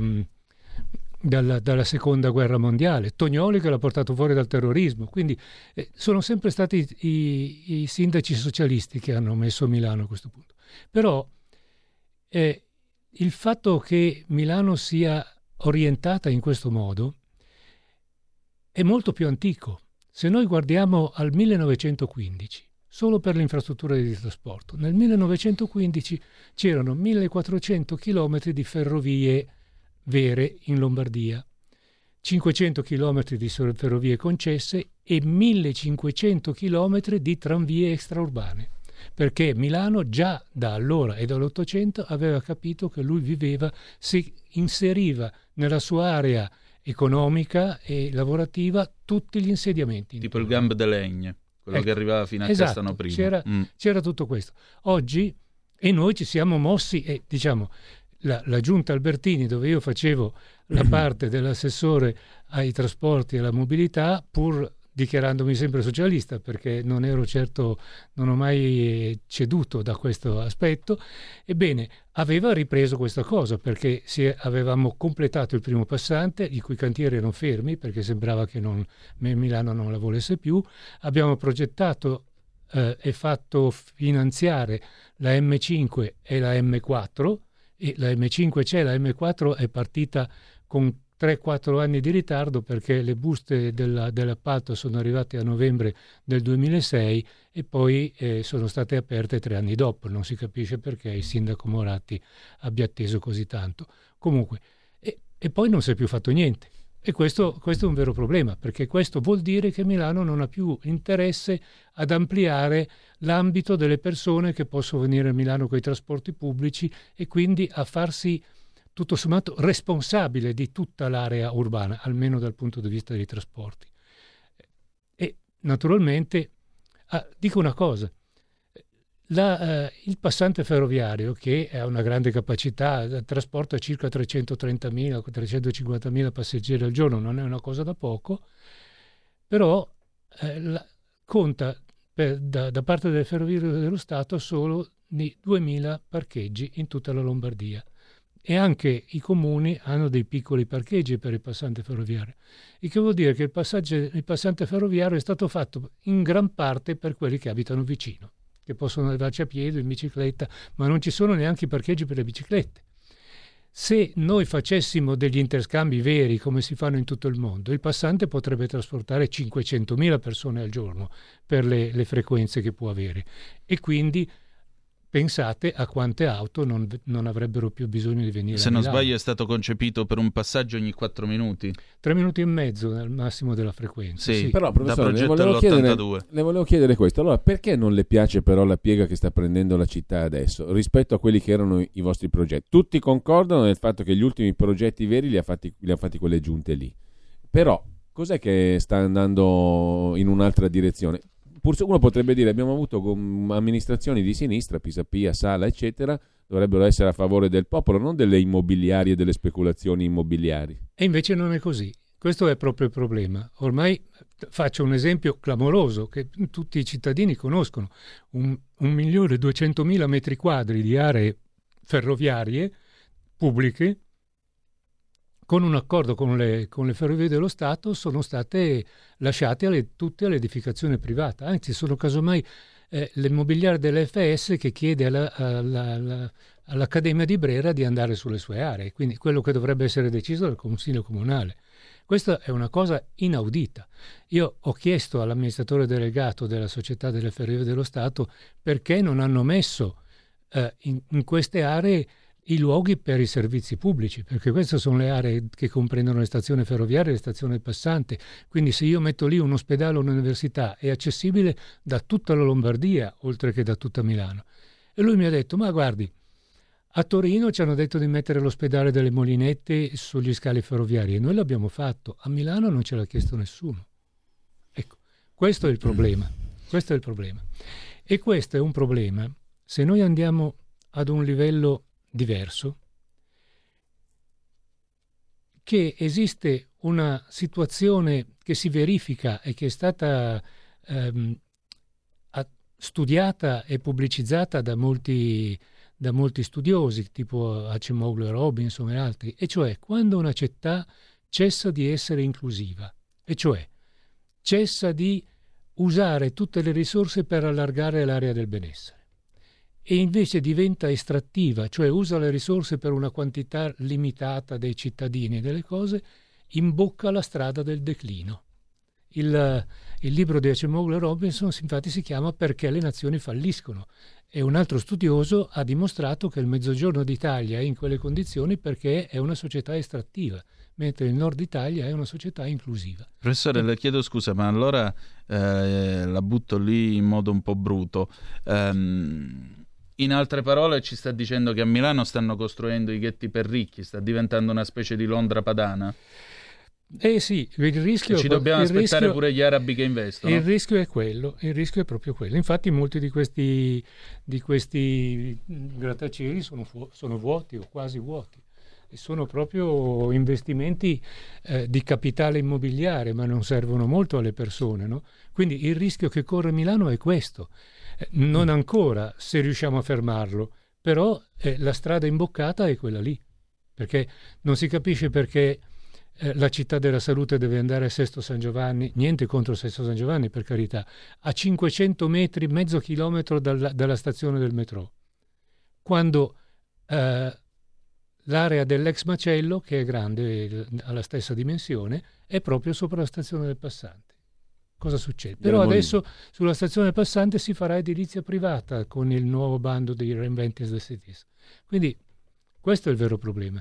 Dalla, dalla seconda guerra mondiale, Tognoli che l'ha portato fuori dal terrorismo, quindi eh, sono sempre stati i, i, i sindaci socialisti che hanno messo Milano a questo punto. Però eh, il fatto che Milano sia orientata in questo modo è molto più antico. Se noi guardiamo al millenovecentoquindici, solo per l'infrastruttura di trasporto, nel millenovecentoquindici c'erano millequattrocento chilometri di ferrovie vere in Lombardia, cinquecento chilometri di ferrovie concesse e millecinquecento chilometri di tranvie extraurbane, perché Milano già da allora e dall'Ottocento aveva capito che lui viveva, si inseriva nella sua area economica e lavorativa tutti gli insediamenti. Tipo il Gambe de Legne, quello ecco, che arrivava fino a esatto, Castano prima. C'era, mm. c'era tutto questo. Oggi, e noi ci siamo mossi e diciamo... La, la giunta Albertini, dove io facevo la parte dell'assessore ai trasporti e alla mobilità, pur dichiarandomi sempre socialista, perché non ero certo, non ho mai ceduto da questo aspetto, ebbene aveva ripreso questa cosa, perché si è, avevamo completato il primo passante, i cui cantieri erano fermi, perché sembrava che non, Milano non la volesse più, abbiamo progettato eh, e fatto finanziare la M cinque e la M quattro, e la M cinque c'è, la M quattro è partita con tre quattro anni di ritardo perché le buste della, dell'appalto sono arrivate a novembre del duemilasei e poi eh, sono state aperte tre anni dopo. Non si capisce perché il sindaco Moratti abbia atteso così tanto. Comunque, e, e poi non si è più fatto niente. E questo, questo è un vero problema, perché questo vuol dire che Milano non ha più interesse ad ampliare l'ambito delle persone che possono venire a Milano con i trasporti pubblici e quindi a farsi tutto sommato responsabile di tutta l'area urbana, almeno dal punto di vista dei trasporti. E naturalmente, ah, dico una cosa, La, eh, il passante ferroviario, che ha una grande capacità, trasporta circa trecentotrentamila trecentocinquantamila passeggeri al giorno, non è una cosa da poco, però eh, la, conta per, da, da parte delle ferrovie dello Stato solo di duemila parcheggi in tutta la Lombardia e anche i comuni hanno dei piccoli parcheggi per il passante ferroviario, il che vuol dire che il, passaggio, il passante ferroviario è stato fatto in gran parte per quelli che abitano vicino, che possono arrivarci a piedi, in bicicletta, ma non ci sono neanche i parcheggi per le biciclette. Se noi facessimo degli interscambi veri come si fanno in tutto il mondo, il passante potrebbe trasportare cinquecentomila persone al giorno per le, le frequenze che può avere, e quindi pensate a quante auto non, non avrebbero più bisogno di venire Se a non Milano. sbaglio è stato concepito per un passaggio ogni quattro minuti. Tre minuti e mezzo al massimo della frequenza. Sì, sì. Però professore, da le progetto volevo, chiedere, dell'ottantadue. le volevo chiedere questo. Allora, perché non le piace però la piega che sta prendendo la città adesso rispetto a quelli che erano i vostri progetti? Tutti concordano nel fatto che gli ultimi progetti veri li ha fatti, li ha fatti quelle giunte lì. Però cos'è che sta andando in un'altra direzione? Uno potrebbe dire abbiamo avuto amministrazioni di sinistra, Pisapia, Sala, eccetera, dovrebbero essere a favore del popolo, non delle immobiliari e delle speculazioni immobiliari. E invece non è così. Questo è proprio il problema. Ormai faccio un esempio clamoroso che tutti i cittadini conoscono. Un, un milione e duecentomila metri quadri di aree ferroviarie pubbliche con un accordo con le, con le Ferrovie dello Stato sono state lasciate alle, tutte all'edificazione privata. Anzi, sono casomai eh, l'immobiliare dell'F S che chiede alla, alla, alla, all'Accademia di Brera di andare sulle sue aree, quindi quello che dovrebbe essere deciso dal Consiglio Comunale. Questa è una cosa inaudita. Io ho chiesto all'amministratore delegato della Società delle Ferrovie dello Stato perché non hanno messo eh, in, in queste aree i luoghi per i servizi pubblici, perché queste sono le aree che comprendono le stazioni ferroviarie e le stazioni del passante. Quindi se io metto lì un ospedale o un'università è accessibile da tutta la Lombardia, oltre che da tutta Milano. E lui mi ha detto, ma guardi, a Torino ci hanno detto di mettere l'ospedale delle Molinette sugli scali ferroviari e noi l'abbiamo fatto. A Milano non ce l'ha chiesto nessuno. Ecco, questo è il problema. Questo è il problema. E questo è un problema se noi andiamo ad un livello diverso, che esiste una situazione che si verifica e che è stata ehm, studiata e pubblicizzata da molti, da molti studiosi, tipo Acemoglu e Robinson e altri, e cioè quando una città cessa di essere inclusiva, e cioè cessa di usare tutte le risorse per allargare l'area del benessere, e invece diventa estrattiva, cioè usa le risorse per una quantità limitata dei cittadini e delle cose, imbocca la strada del declino. Il, il libro di Acemoglu e Robinson infatti si chiama Perché le nazioni falliscono, e un altro studioso ha dimostrato che il Mezzogiorno d'Italia è in quelle condizioni perché è una società estrattiva, mentre il Nord Italia è una società inclusiva. Professore, le chiedo scusa, ma allora eh, la butto lì in modo un po' bruto. Um, In altre parole ci sta dicendo che a Milano stanno costruendo i ghetti per ricchi, sta diventando una specie di Londra padana? Eh sì, il rischio... E ci dobbiamo il aspettare rischio, pure gli arabi che investono? Il rischio è quello, il rischio è proprio quello. Infatti molti di questi, di questi grattacieli sono, fu- sono vuoti o quasi vuoti. E sono proprio investimenti eh, di capitale immobiliare, ma non servono molto alle persone, no? Quindi il rischio che corre Milano è questo. Non ancora, se riusciamo a fermarlo, però eh, la strada imboccata è quella lì, perché non si capisce perché eh, la città della salute deve andare a Sesto San Giovanni, niente contro Sesto San Giovanni per carità, a cinquecento metri, mezzo chilometro dalla, dalla stazione del metro, quando eh, l'area dell'ex macello, che è grande, alla stessa dimensione, è proprio sopra la stazione del passante. Cosa succede? Però adesso sulla stazione passante si farà edilizia privata con il nuovo bando di Reinventing the Cities. Quindi questo è il vero problema.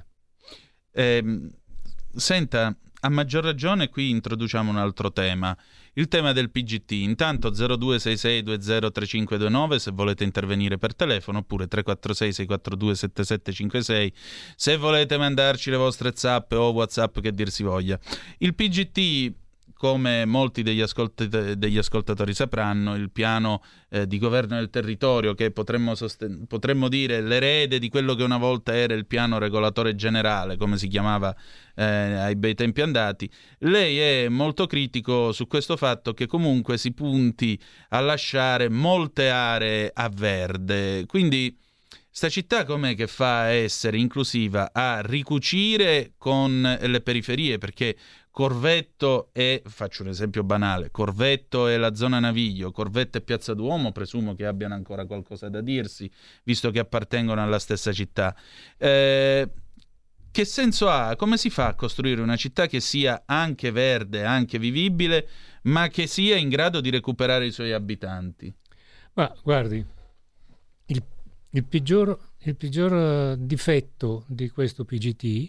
Eh, senta, a maggior ragione qui introduciamo un altro tema, il tema del P G T. Intanto zero due sei sei due zero tre cinque due nove se volete intervenire per telefono, oppure tre quattro sei sei quattro due sette sette cinque sei se volete mandarci le vostre zap o WhatsApp, che dir si voglia. Il P G T, come molti degli, ascolt- degli ascoltatori sapranno, il piano eh, di governo del territorio, che potremmo, sosten- potremmo dire l'erede di quello che una volta era il piano regolatore generale, come si chiamava eh, ai bei tempi andati. Lei è molto critico su questo fatto che comunque si punti a lasciare molte aree a verde, quindi sta città com'è che fa a essere inclusiva, a ricucire con le periferie? Perché Corvetto è, faccio un esempio banale, Corvetto e la zona Naviglio, Corvetto e Piazza Duomo, presumo che abbiano ancora qualcosa da dirsi, visto che appartengono alla stessa città. Eh, che senso ha? Come si fa a costruire una città che sia anche verde, anche vivibile, ma che sia in grado di recuperare i suoi abitanti? Ma guardi, il, il peggior, il peggior difetto di questo P G T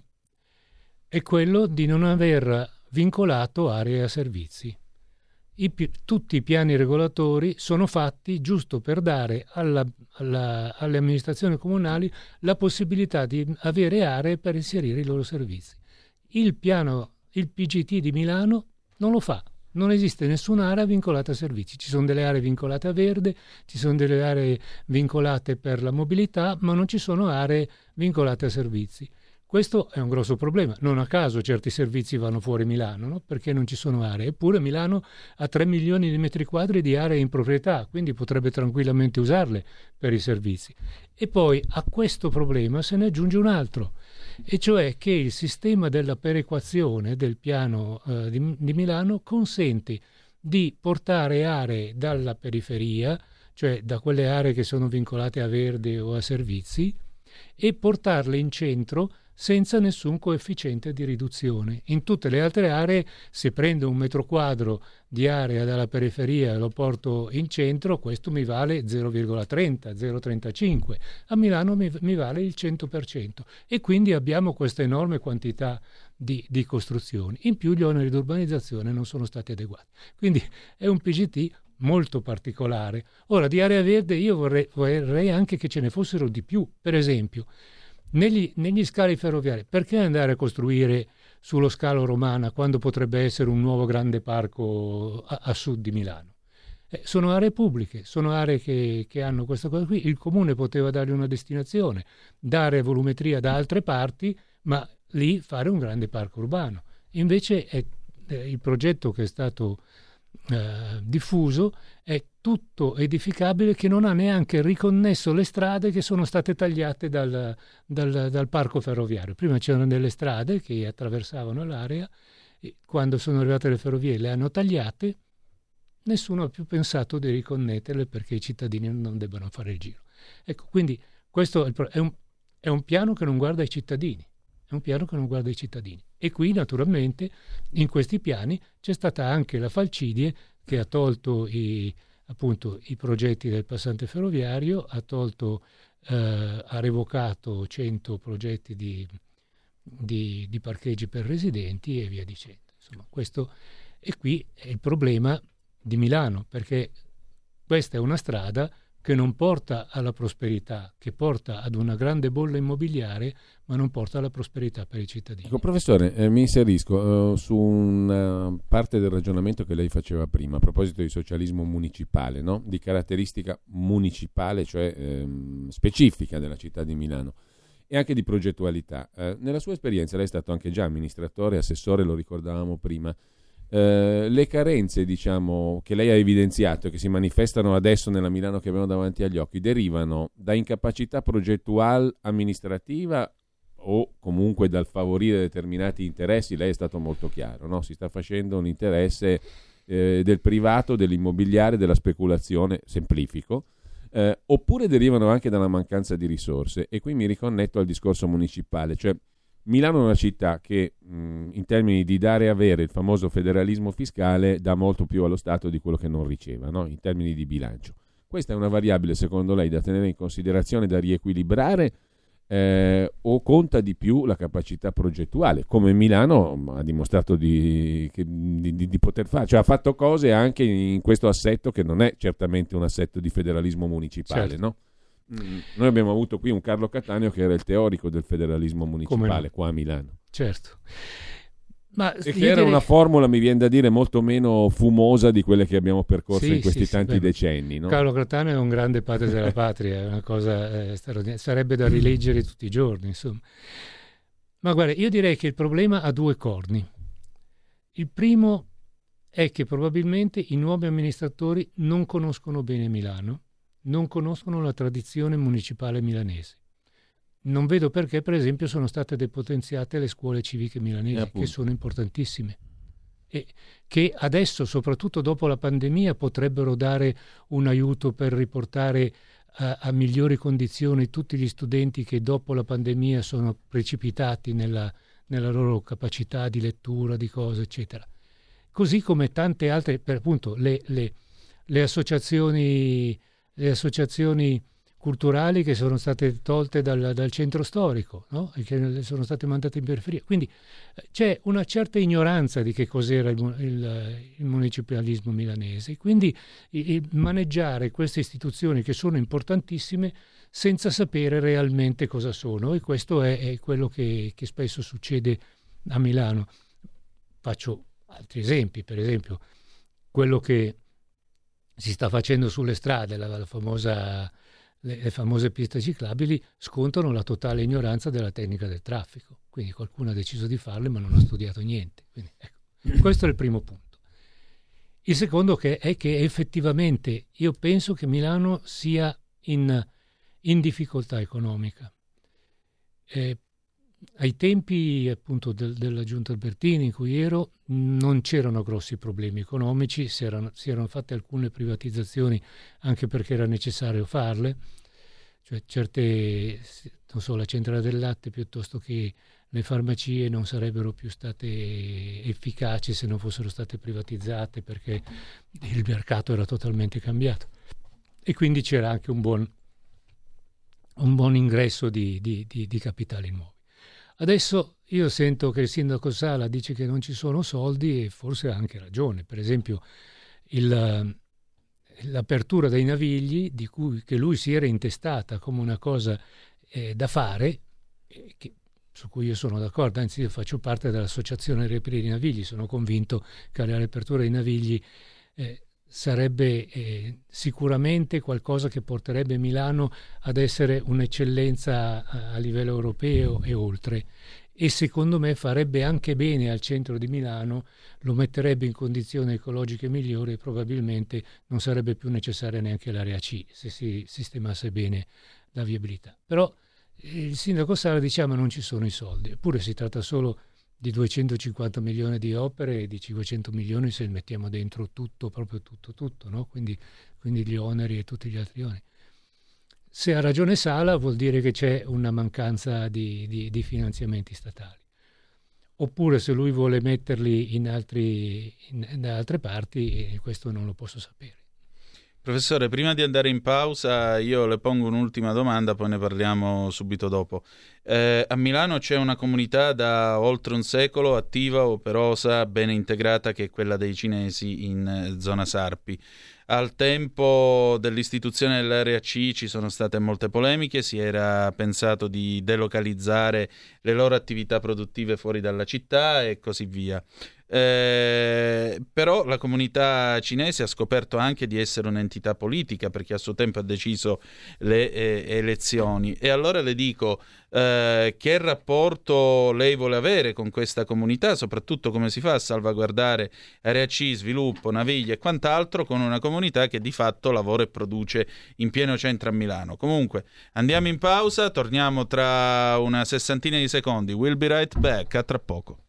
è quello di non aver vincolato aree a servizi. I, tutti i piani regolatori sono fatti giusto per dare alla, alla, alle amministrazioni comunali la possibilità di avere aree per inserire i loro servizi. Il piano, il P G T di Milano non lo fa. Non esiste nessuna area vincolata a servizi. Ci sono delle aree vincolate a verde, ci sono delle aree vincolate per la mobilità, ma non ci sono aree vincolate a servizi. Questo è un grosso problema. Non a caso certi servizi vanno fuori Milano, no? Perché non ci sono aree. Eppure Milano ha tre milioni di metri quadri di aree in proprietà, quindi potrebbe tranquillamente usarle per i servizi. E poi a questo problema se ne aggiunge un altro, e cioè che il sistema della perequazione del piano eh, di, di Milano consente di portare aree dalla periferia, cioè da quelle aree che sono vincolate a verde o a servizi, e portarle in centro senza nessun coefficiente di riduzione. In tutte le altre aree, se prendo un metro quadro di area dalla periferia e lo porto in centro, questo mi vale zero virgola trenta, zero virgola trentacinque. A Milano mi, mi vale il cento per cento. E quindi abbiamo questa enorme quantità di, di costruzioni. In più gli oneri di urbanizzazione non sono stati adeguati. Quindi è un P G T molto particolare. Ora, di area verde io vorrei, vorrei anche che ce ne fossero di più. Per esempio, negli, negli scali ferroviari, perché andare a costruire sullo scalo Romana quando potrebbe essere un nuovo grande parco a, a sud di Milano? Eh, sono aree pubbliche, sono aree che, che hanno questa cosa qui. Il comune poteva dargli una destinazione, dare volumetria da altre parti, ma lì fare un grande parco urbano. Invece è, eh, il progetto che è stato Uh, diffuso è tutto edificabile, che non ha neanche riconnesso le strade che sono state tagliate dal, dal, dal parco ferroviario. Prima c'erano delle strade che attraversavano l'area, e quando sono arrivate le ferrovie le hanno tagliate, nessuno ha più pensato di riconnetterle perché i cittadini non debbano fare il giro. Ecco, quindi questo è, il, è, un, è un piano che non guarda i cittadini. È un piano che non guarda i cittadini. E qui, naturalmente, in questi piani c'è stata anche la Falcidie, che ha tolto i, appunto, i progetti del passante ferroviario, ha tolto, eh, ha revocato cento progetti di, di, di parcheggi per residenti e via dicendo. Insomma, questo, e qui è il problema di Milano, perché questa è una strada che non porta alla prosperità, che porta ad una grande bolla immobiliare, ma non porta alla prosperità per i cittadini. Ecco, professore, eh, mi inserisco uh, su una parte del ragionamento che lei faceva prima a proposito di socialismo municipale, no? Di caratteristica municipale, cioè ehm, specifica della città di Milano, e anche di progettualità. Eh, nella sua esperienza lei è stato anche già amministratore, assessore, lo ricordavamo prima. Uh, le carenze, diciamo, che lei ha evidenziato e che si manifestano adesso nella Milano che abbiamo davanti agli occhi, derivano da incapacità progettuale amministrativa o comunque dal favorire determinati interessi? Lei è stato molto chiaro, no? Si sta facendo un interesse eh, del privato, dell'immobiliare, della speculazione, semplifico, eh, oppure derivano anche dalla mancanza di risorse. E qui mi riconnetto al discorso municipale, cioè Milano è una città che mh, in termini di dare e avere, il famoso federalismo fiscale, dà molto più allo Stato di quello che non riceva, no? In termini di bilancio. Questa è una variabile, secondo lei, da tenere in considerazione, da riequilibrare, eh, o conta di più la capacità progettuale, come Milano ha dimostrato di, che, di, di, di poter fare, cioè ha fatto cose anche in questo assetto che non è certamente un assetto di federalismo municipale, certo. No? Mm. Noi abbiamo avuto qui un Carlo Cattaneo che era il teorico del federalismo municipale, no? Qua a Milano. Certo. Ma e che era direi... una formula, mi viene da dire, molto meno fumosa di quelle che abbiamo percorso sì, in questi sì, tanti sì, decenni, no? Carlo Cattaneo è un grande padre della patria, è una cosa eh, straordinaria, sarebbe da rileggere tutti i giorni, insomma. Ma guarda, io direi che il problema ha due corni. Il primo è che probabilmente i nuovi amministratori non conoscono bene Milano non conoscono la tradizione municipale milanese. Non vedo perché, per esempio, sono state depotenziate le scuole civiche milanesi, che sono importantissime e che adesso, soprattutto dopo la pandemia, potrebbero dare un aiuto per riportare a, a migliori condizioni tutti gli studenti che dopo la pandemia sono precipitati nella, nella loro capacità di lettura, di cose, eccetera. Così come tante altre, per appunto, le, le, le associazioni, le associazioni culturali che sono state tolte dal, dal centro storico, no? E che sono state mandate in periferia. Quindi c'è una certa ignoranza di che cos'era il, il, il municipalismo milanese. Quindi il, il maneggiare queste istituzioni che sono importantissime senza sapere realmente cosa sono, e questo è, è quello che, che spesso succede a Milano. Faccio altri esempi, per esempio quello che si sta facendo sulle strade, la, la famosa... Le, le famose piste ciclabili scontano la totale ignoranza della tecnica del traffico. Quindi qualcuno ha deciso di farle ma non ha studiato niente. Quindi, ecco, questo è il primo punto. Il secondo che è che effettivamente io penso che Milano sia in, in difficoltà economica. Eh, ai tempi appunto del, della giunta Albertini in cui ero non c'erano grossi problemi economici, si erano, si erano fatte alcune privatizzazioni anche perché era necessario farle, cioè certe, non so, la centrale del latte piuttosto che le farmacie non sarebbero più state efficaci se non fossero state privatizzate, perché il mercato era totalmente cambiato e quindi c'era anche un buon, un buon ingresso di, di, di, di capitali nuovi. Adesso io sento che il sindaco Sala dice che non ci sono soldi e forse ha anche ragione. Per esempio il, l'apertura dei Navigli, di cui che lui si era intestata come una cosa eh, da fare, eh, che, su cui io sono d'accordo, anzi io faccio parte dell'associazione Riaprire i Navigli, sono convinto che la riapertura dei Navigli eh, sarebbe eh, sicuramente qualcosa che porterebbe Milano ad essere un'eccellenza a, a livello europeo e oltre, e secondo me farebbe anche bene al centro di Milano, lo metterebbe in condizioni ecologiche migliori e probabilmente non sarebbe più necessaria neanche l'area C se si sistemasse bene la viabilità. Però il sindaco Sala diciamo non ci sono i soldi, eppure si tratta solo di duecentocinquanta milioni di opere e di cinquecento milioni se mettiamo dentro tutto, proprio tutto, tutto, no? Quindi, quindi gli oneri e tutti gli altri oneri. Se ha ragione Sala vuol dire che c'è una mancanza di, di, di finanziamenti statali. Oppure se lui vuole metterli in, altri, in, in altre parti, eh, questo non lo posso sapere. Professore, prima di andare in pausa io le pongo un'ultima domanda, poi ne parliamo subito dopo. Eh, a Milano c'è una comunità da oltre un secolo attiva, operosa, bene integrata, che è quella dei cinesi in zona Sarpi. Al tempo dell'istituzione dell'area C ci sono state molte polemiche, si era pensato di delocalizzare le loro attività produttive fuori dalla città e così via. Eh, però la comunità cinese ha scoperto anche di essere un'entità politica, perché a suo tempo ha deciso le eh, elezioni. E allora le dico, eh, che rapporto lei vuole avere con questa comunità, soprattutto come si fa a salvaguardare area C, sviluppo, Navigli e quant'altro con una comunità che di fatto lavora e produce in pieno centro a Milano. Comunque andiamo in pausa, torniamo tra una sessantina di secondi. We'll be right back, a tra poco.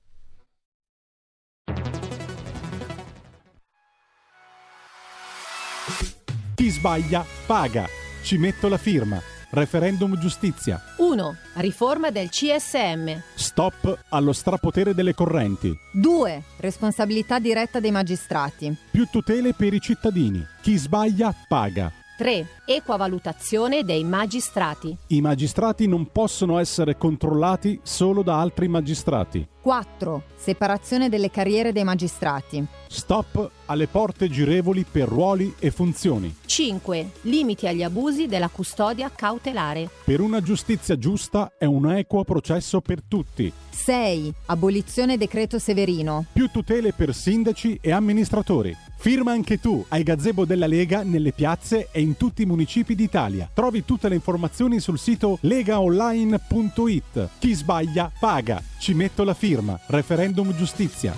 Chi sbaglia paga. Ci metto la firma. Referendum giustizia. uno. Riforma del C S M. Stop allo strapotere delle correnti. due. Responsabilità diretta dei magistrati. Più tutele per i cittadini. Chi sbaglia paga. tre. Equa valutazione dei magistrati. I magistrati non possono essere controllati solo da altri magistrati. quattro. Separazione delle carriere dei magistrati. Stop alle porte girevoli per ruoli e funzioni. cinque. Limiti agli abusi della custodia cautelare. Per una giustizia giusta e un equo processo per tutti. sei. Abolizione decreto Severino. Più tutele per sindaci e amministratori. Firma anche tu ai gazebo della Lega nelle piazze e in tutti i municipi d'Italia. Trovi tutte le informazioni sul sito legaonline punto it. Chi sbaglia paga. Ci metto la firma. Referendum giustizia.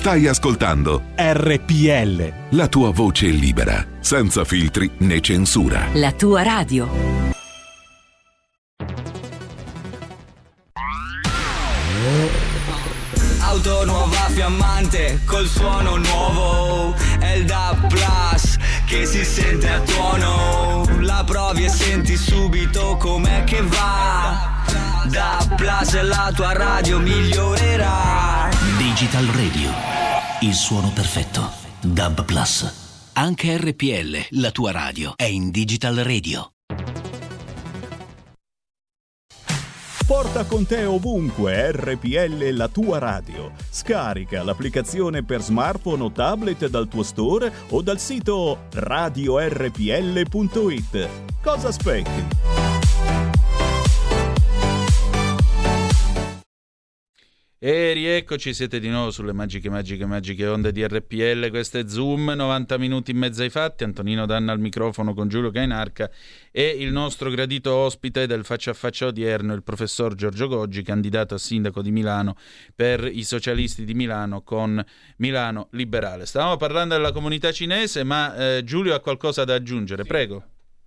Stai ascoltando R P L, la tua voce libera, senza filtri né censura. La tua radio. Auto nuova fiammante col suono nuovo, è il D A B Plus che si sente a tuono. La provi e senti subito com'è che va. D A B Plus e la tua radio migliorerà. Digital Radio, il suono perfetto. D A B Plus. Anche R P L, la tua radio, è in Digital Radio. Porta con te ovunque R P L, la tua radio. Scarica l'applicazione per smartphone o tablet dal tuo store o dal sito radio r p l punto i t. Cosa aspetti? E rieccoci, siete di nuovo sulle magiche, magiche, magiche onde di R P L. Questo è Zoom, novanta minuti in mezzo ai fatti. Antonino Danna al microfono con Giulio Cainarca e il nostro gradito ospite del faccia a faccia odierno, il professor Giorgio Goggi, candidato a sindaco di Milano per i socialisti di Milano con Milano Liberale. Stavamo parlando della comunità cinese, ma eh, Giulio ha qualcosa da aggiungere, sì. Prego.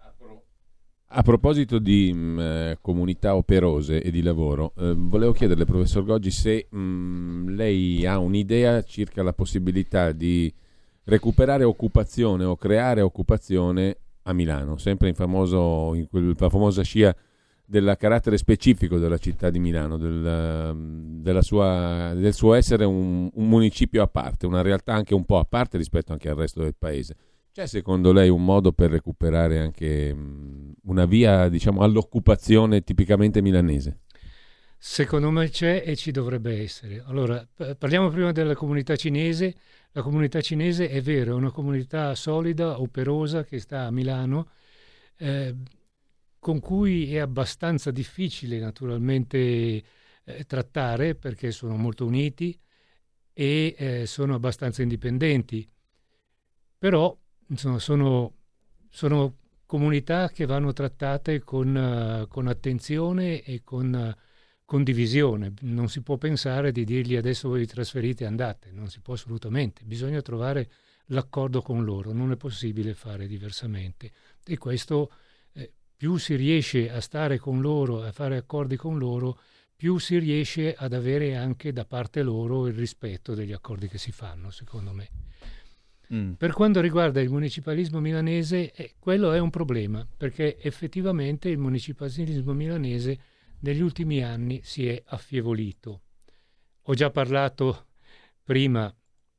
A proposito di mh, comunità operose e di lavoro, eh, volevo chiederle, professor Goggi, se mh, lei ha un'idea circa la possibilità di recuperare occupazione o creare occupazione a Milano, sempre in, famoso, in quella famosa scia del carattere specifico della città di Milano, del, della sua, del suo essere un, un municipio a parte, una realtà anche un po' a parte rispetto anche al resto del paese. C'è secondo lei un modo per recuperare anche mh, una via, diciamo, all'occupazione tipicamente milanese? Secondo me c'è e ci dovrebbe essere. Allora, parliamo prima della comunità cinese. La comunità cinese è vero, è una comunità solida, operosa, che sta a Milano, eh, con cui è abbastanza difficile naturalmente eh, trattare, perché sono molto uniti e eh, sono abbastanza indipendenti. Però insomma, sono, sono comunità che vanno trattate con, uh, con attenzione e con uh, condivisione. Non si può pensare di dirgli adesso voi vi trasferite e andate, non si può assolutamente. Bisogna trovare l'accordo con loro, non è possibile fare diversamente. E questo, eh, più si riesce a stare con loro, a fare accordi con loro, più si riesce ad avere anche da parte loro il rispetto degli accordi che si fanno, secondo me. Mm. Per quanto riguarda il municipalismo milanese, eh, quello è un problema, perché effettivamente il municipalismo milanese negli ultimi anni si è affievolito. Ho già parlato prima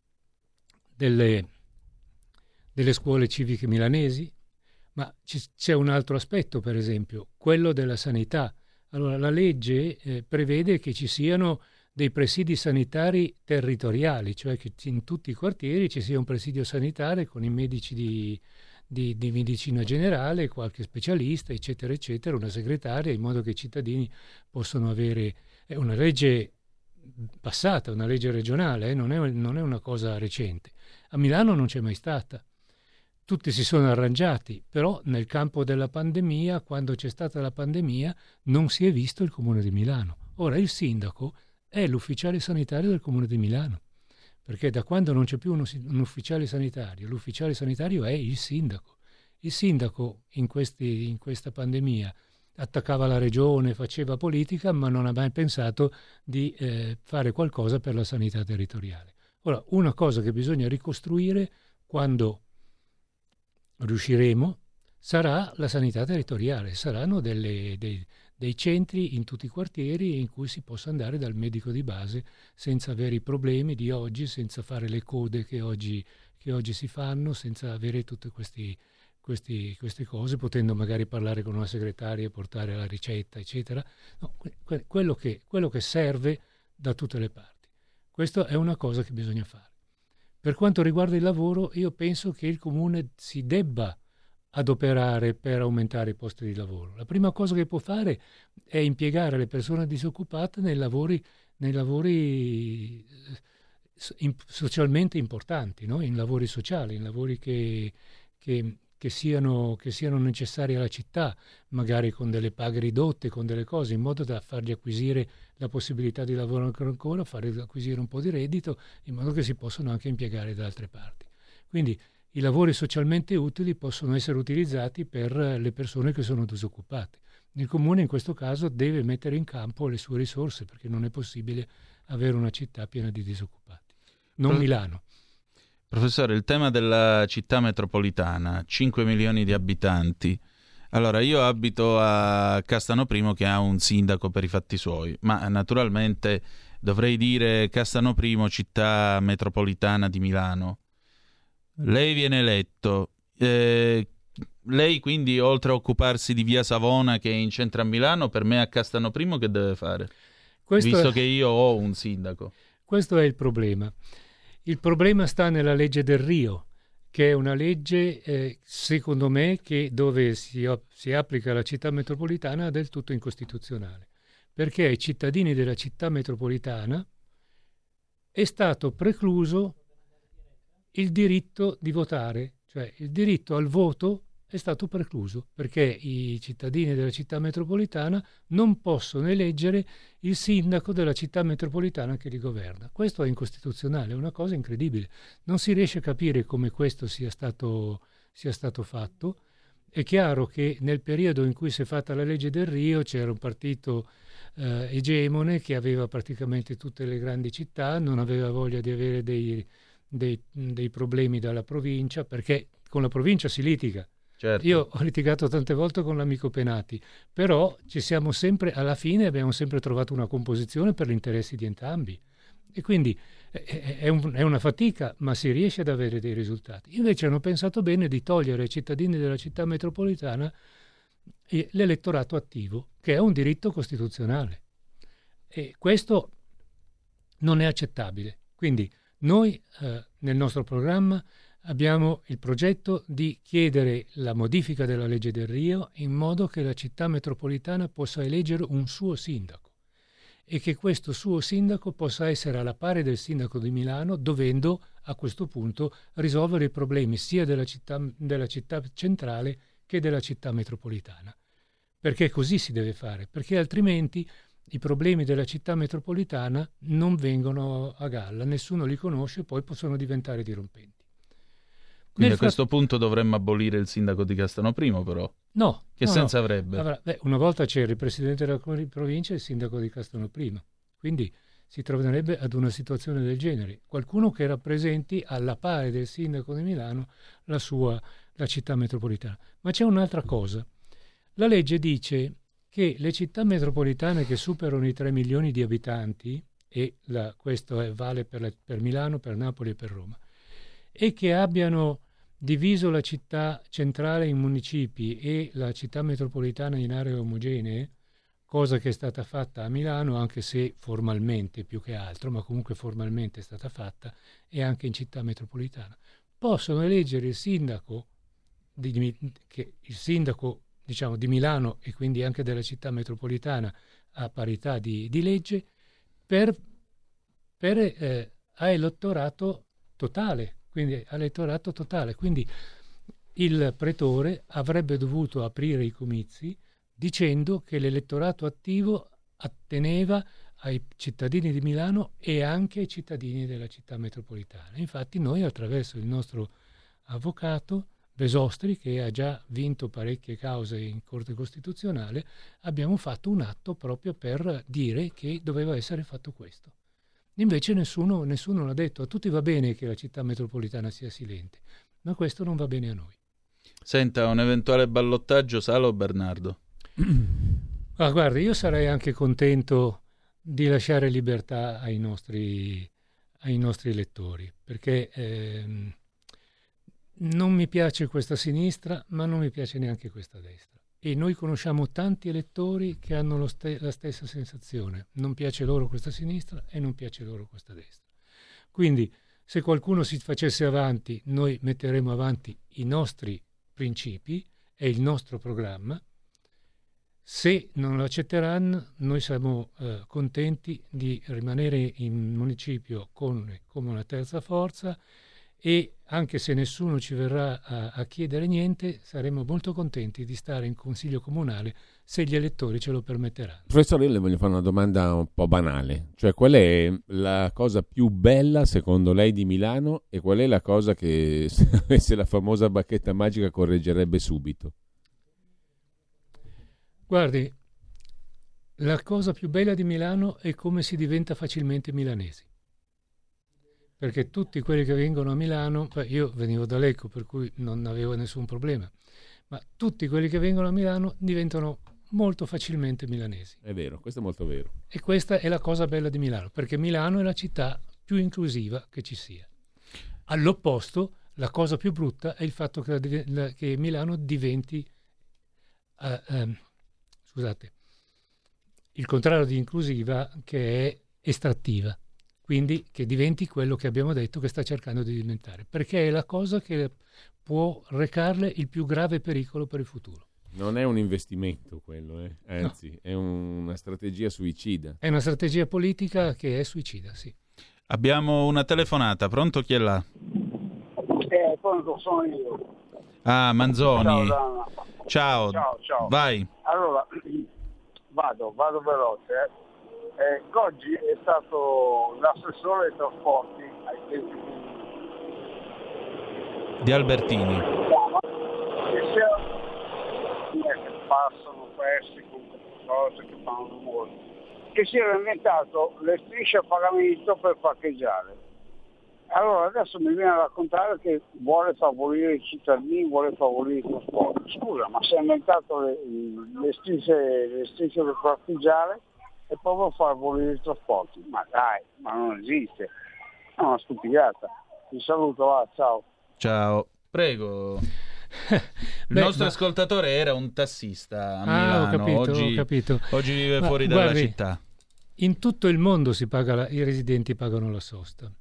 delle, delle scuole civiche milanesi, ma c- c'è un altro aspetto, per esempio, quello della sanità. Allora, la legge eh, prevede che ci siano dei presidi sanitari territoriali, cioè che in tutti i quartieri ci sia un presidio sanitario con i medici di, di, di medicina generale, qualche specialista, eccetera, eccetera, una segretaria, in modo che i cittadini possano avere... È una legge passata, una legge regionale, eh, non, è, non è una cosa recente. A Milano non c'è mai stata. Tutti si sono arrangiati, però nel campo della pandemia, quando c'è stata la pandemia, non si è visto il Comune di Milano. Ora il sindaco è l'ufficiale sanitario del Comune di Milano, perché da quando non c'è più un, un ufficiale sanitario, l'ufficiale sanitario è il sindaco. Il sindaco in, questi, in questa pandemia attaccava la regione, faceva politica, ma non ha mai pensato di eh, fare qualcosa per la sanità territoriale. Ora, una cosa che bisogna ricostruire quando riusciremo sarà la sanità territoriale, saranno delle, dei, dei centri in tutti i quartieri in cui si possa andare dal medico di base senza avere i problemi di oggi, senza fare le code che oggi, che oggi si fanno, senza avere tutte questi, questi, queste cose, potendo magari parlare con una segretaria e portare la ricetta, eccetera. No, que- quello, che, quello che serve da tutte le parti. Questa è una cosa che bisogna fare. Per quanto riguarda il lavoro, io penso che il Comune si debba adoperare per aumentare i posti di lavoro. La prima cosa che può fare è impiegare le persone disoccupate nei lavori, nei lavori in, socialmente importanti, no? In lavori sociali, in lavori che, che, che, siano, che siano necessari alla città, magari con delle paghe ridotte, con delle cose, in modo da fargli acquisire la possibilità di lavorare ancora, fare acquisire un po' di reddito, in modo che si possano anche impiegare da altre parti. Quindi i lavori socialmente utili possono essere utilizzati per le persone che sono disoccupate. Il Comune in questo caso deve mettere in campo le sue risorse, perché non è possibile avere una città piena di disoccupati. Non Pro- Milano. Professore, il tema della città metropolitana, cinque milioni di abitanti. Allora, io abito a Castano Primo, che ha un sindaco per i fatti suoi, ma naturalmente dovrei dire Castano Primo, città metropolitana di Milano. Lei viene eletto, eh, lei quindi, oltre a occuparsi di via Savona che è in centro a Milano, per me a Castano Primo che deve fare? Questo Visto è... che io ho un sindaco. Questo è il problema. Il problema sta nella legge del Rio, che è una legge, eh, secondo me, che dove si, si applica la città metropolitana è del tutto incostituzionale, perché ai cittadini della città metropolitana è stato precluso il diritto di votare, cioè il diritto al voto è stato precluso, perché i cittadini della città metropolitana non possono eleggere il sindaco della città metropolitana che li governa. Questo è incostituzionale, è una cosa incredibile. Non si riesce a capire come questo sia stato, sia stato fatto. È chiaro che nel periodo in cui si è fatta la legge del Rio c'era un partito eh, egemone che aveva praticamente tutte le grandi città, non aveva voglia di avere dei, dei, dei problemi dalla provincia, perché con la provincia si litiga. Certo. Io ho litigato tante volte con l'amico Penati, però ci siamo sempre, alla fine abbiamo sempre trovato una composizione per gli interessi di entrambi, e quindi è, è, un, è una fatica, ma si riesce ad avere dei risultati. Invece hanno pensato bene di togliere ai cittadini della città metropolitana l'elettorato attivo, che è un diritto costituzionale, e questo non è accettabile. Quindi noi eh, nel nostro programma abbiamo il progetto di chiedere la modifica della legge del Rio in modo che la città metropolitana possa eleggere un suo sindaco e che questo suo sindaco possa essere alla pari del sindaco di Milano, dovendo a questo punto risolvere i problemi sia della città, della città centrale che della città metropolitana. Perché così si deve fare, perché altrimenti i problemi della città metropolitana non vengono a galla, nessuno li conosce e poi possono diventare dirompenti. Quindi Nel a questo frat... punto dovremmo abolire il sindaco di Castano Primo, però? No. Che no, senso no. avrebbe? Avrà, beh, una volta c'era il presidente della provincia e il sindaco di Castano Primo, quindi si troverebbe ad una situazione del genere. Qualcuno che rappresenti alla pari del sindaco di Milano la sua la città metropolitana. Ma c'è un'altra cosa. La legge dice che le città metropolitane che superano i tre milioni di abitanti, e la, questo è, vale per, la, per Milano, per Napoli e per Roma, e che abbiano diviso la città centrale in municipi e la città metropolitana in aree omogenee, cosa che è stata fatta a Milano, anche se formalmente più che altro, ma comunque formalmente è stata fatta, e anche in città metropolitana, possono eleggere il sindaco di, che il sindaco diciamo di Milano e quindi anche della città metropolitana a parità di, di legge per, per eh, a elettorato totale. Quindi elettorato totale, quindi il pretore avrebbe dovuto aprire i comizi dicendo che l'elettorato attivo atteneva ai cittadini di Milano e anche ai cittadini della città metropolitana. Infatti noi, attraverso il nostro avvocato Besostri, che ha già vinto parecchie cause in Corte Costituzionale, abbiamo fatto un atto proprio per dire che doveva essere fatto questo. Invece nessuno, nessuno l'ha detto. A tutti va bene che la città metropolitana sia silente, ma questo non va bene a noi. Senta, un eventuale ballottaggio Sala o Bernardo? Ah, guardi, io sarei anche contento di lasciare libertà ai nostri, ai nostri elettori, perché ehm, non mi piace questa sinistra, ma non mi piace neanche questa destra. E noi conosciamo tanti elettori che hanno lo ste- la stessa sensazione. Non piace loro questa sinistra e non piace loro questa destra. Quindi, se qualcuno si facesse avanti, noi metteremo avanti i nostri principi e il nostro programma. Se non lo accetteranno, noi siamo eh, contenti di rimanere in municipio con, come una terza forza e anche se nessuno ci verrà a, a chiedere niente, saremo molto contenti di stare in consiglio comunale se gli elettori ce lo permetteranno. Professore, io le voglio fare una domanda un po' banale, cioè qual è la cosa più bella secondo lei di Milano e qual è la cosa che se avesse la famosa bacchetta magica correggerebbe subito? Guardi, la cosa più bella di Milano è come si diventa facilmente milanesi. Perché tutti quelli che vengono a Milano, io venivo da Lecco per cui non avevo nessun problema, ma tutti quelli che vengono a Milano diventano molto facilmente milanesi. È vero, questo è molto vero. E questa è la cosa bella di Milano, perché Milano è la città più inclusiva che ci sia. All'opposto, la cosa più brutta è il fatto che, la, la, che Milano diventi, uh, um, scusate, il contrario di inclusiva, che è estrattiva. Quindi che diventi quello che abbiamo detto che sta cercando di diventare, perché è la cosa che può recarle il più grave pericolo per il futuro. Non è un investimento quello, eh? Anzi, no. È un, una strategia suicida. È una strategia politica che è suicida, sì. Abbiamo una telefonata, pronto, chi è là? Eh, pronto, sono io. Ah, Manzoni. Ciao, ciao. Ciao, ciao. Vai. Allora, vado, vado veloce, eh. Eh, Goggi è stato l'assessore ai trasporti ai tempi di Albertini. Che si era, che passano persi con cose che fanno rumore, che si era inventato le strisce a pagamento per parcheggiare. Allora adesso mi viene a raccontare che vuole favorire i cittadini, vuole favorire i trasporti. Scusa, ma si è inventato le, le strisce, le strisce per parcheggiare e proprio favorire i trasporti. Ma dai, ma non esiste. È una stupidata. Vi saluto, va, ciao. Ciao. Prego. Il Beh, nostro ma... ascoltatore era un tassista a ah, Milano. Ho capito, oggi, ho capito. oggi vive ma, fuori dalla guardi, città. In tutto il mondo si paga la... i residenti pagano la sosta.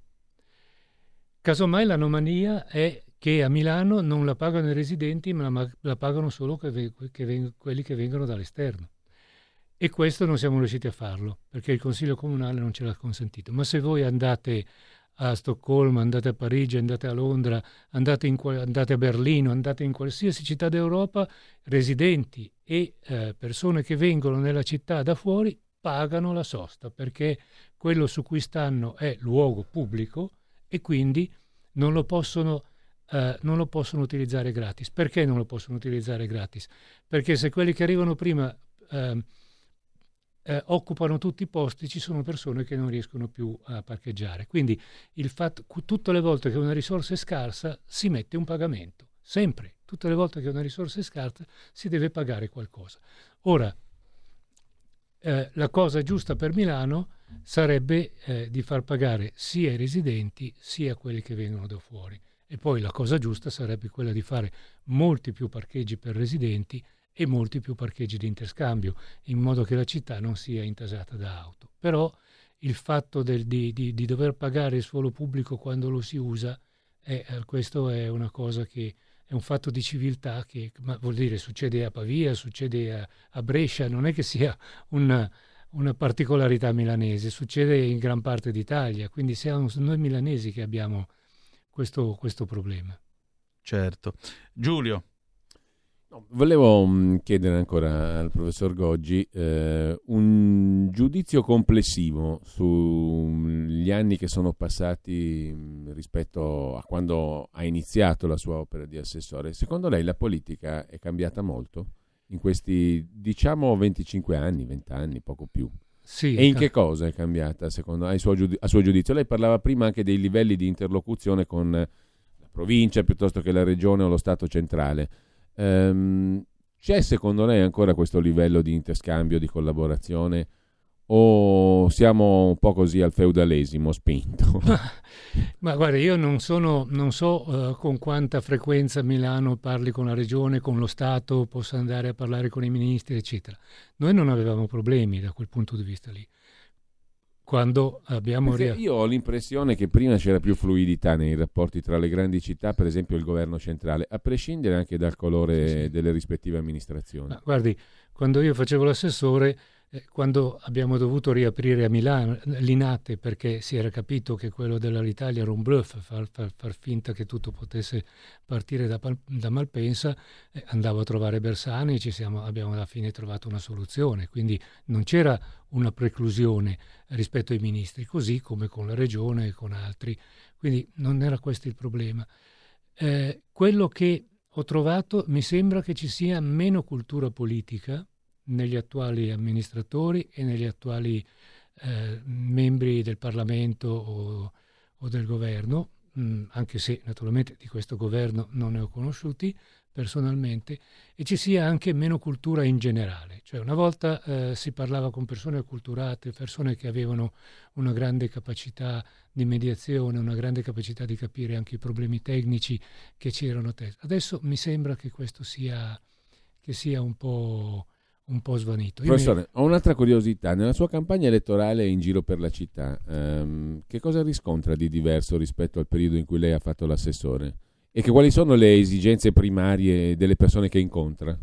Casomai l'anomalia è che a Milano non la pagano i residenti, ma la pagano solo che, che, quelli che vengono dall'esterno. E questo non siamo riusciti a farlo, perché il Consiglio Comunale non ce l'ha consentito. Ma se voi andate a Stoccolma, andate a Parigi, andate a Londra, andate, in, andate a Berlino, andate in qualsiasi città d'Europa, residenti e eh, persone che vengono nella città da fuori pagano la sosta, perché quello su cui stanno è luogo pubblico e quindi non lo possono, eh, non lo possono utilizzare gratis. Perché non lo possono utilizzare gratis? Perché se quelli che arrivano prima... Eh, Eh, occupano tutti i posti, ci sono persone che non riescono più a parcheggiare. Quindi il fatto, tutte le volte che una risorsa è scarsa si mette un pagamento, sempre, tutte le volte che una risorsa è scarsa si deve pagare qualcosa. Ora, eh, la cosa giusta per Milano sarebbe eh, di far pagare sia i residenti sia quelli che vengono da fuori, e poi la cosa giusta sarebbe quella di fare molti più parcheggi per residenti e molti più parcheggi di interscambio, in modo che la città non sia intasata da auto. Però il fatto del, di, di, di dover pagare il suolo pubblico quando lo si usa, è, questo è una cosa che è un fatto di civiltà che, ma vuol dire, succede a Pavia, succede a, a Brescia, non è che sia una, una particolarità milanese, succede in gran parte d'Italia, quindi siamo noi milanesi che abbiamo questo, questo problema. Certo. Giulio. No, volevo mh, chiedere ancora al professor Goggi eh, un giudizio complessivo sugli anni che sono passati mh, rispetto a quando ha iniziato la sua opera di assessore. Secondo lei la politica è cambiata molto in questi, diciamo, venticinque anni, venti anni, poco più? Sì, e in ca- che cosa è cambiata secondo a suo, giudi- a suo giudizio? Lei parlava prima anche dei livelli di interlocuzione con la provincia piuttosto che la regione o lo Stato centrale. Um, c'è secondo lei ancora questo livello di interscambio, di collaborazione, o siamo un po' così al feudalesimo spinto? Ma guarda, io non sono, non so uh, con quanta frequenza Milano parli con la regione, con lo Stato, possa andare a parlare con i ministri, eccetera. Noi non avevamo problemi da quel punto di vista lì. Quando abbiamo ria- io ho l'impressione che prima c'era più fluidità nei rapporti tra le grandi città, per esempio il governo centrale, a prescindere anche dal colore sì, sì. delle rispettive amministrazioni. Ma guardi, quando io facevo l'assessore Eh, quando abbiamo dovuto riaprire a Milano l'Inate perché si era capito che quello dell'Alitalia era un bluff, far, far, far finta che tutto potesse partire da, da Malpensa, eh, andavo a trovare Bersani e ci siamo, abbiamo alla fine trovato una soluzione, quindi non c'era una preclusione rispetto ai ministri, così come con la Regione e con altri, quindi non era questo il problema. Eh, quello che ho trovato, mi sembra che ci sia meno cultura politica negli attuali amministratori e negli attuali eh, membri del Parlamento o, o del governo, mh, anche se naturalmente di questo governo non ne ho conosciuti personalmente, e ci sia anche meno cultura in generale. Cioè una volta eh, si parlava con persone acculturate, persone che avevano una grande capacità di mediazione, una grande capacità di capire anche i problemi tecnici che c'erano. Adesso mi sembra che questo sia, che sia un po'... un po' svanito. Professore, mi... ho un'altra curiosità. Nella sua campagna elettorale in giro per la città, ehm, che cosa riscontra di diverso rispetto al periodo in cui lei ha fatto l'assessore? E che quali sono le esigenze primarie delle persone che incontra?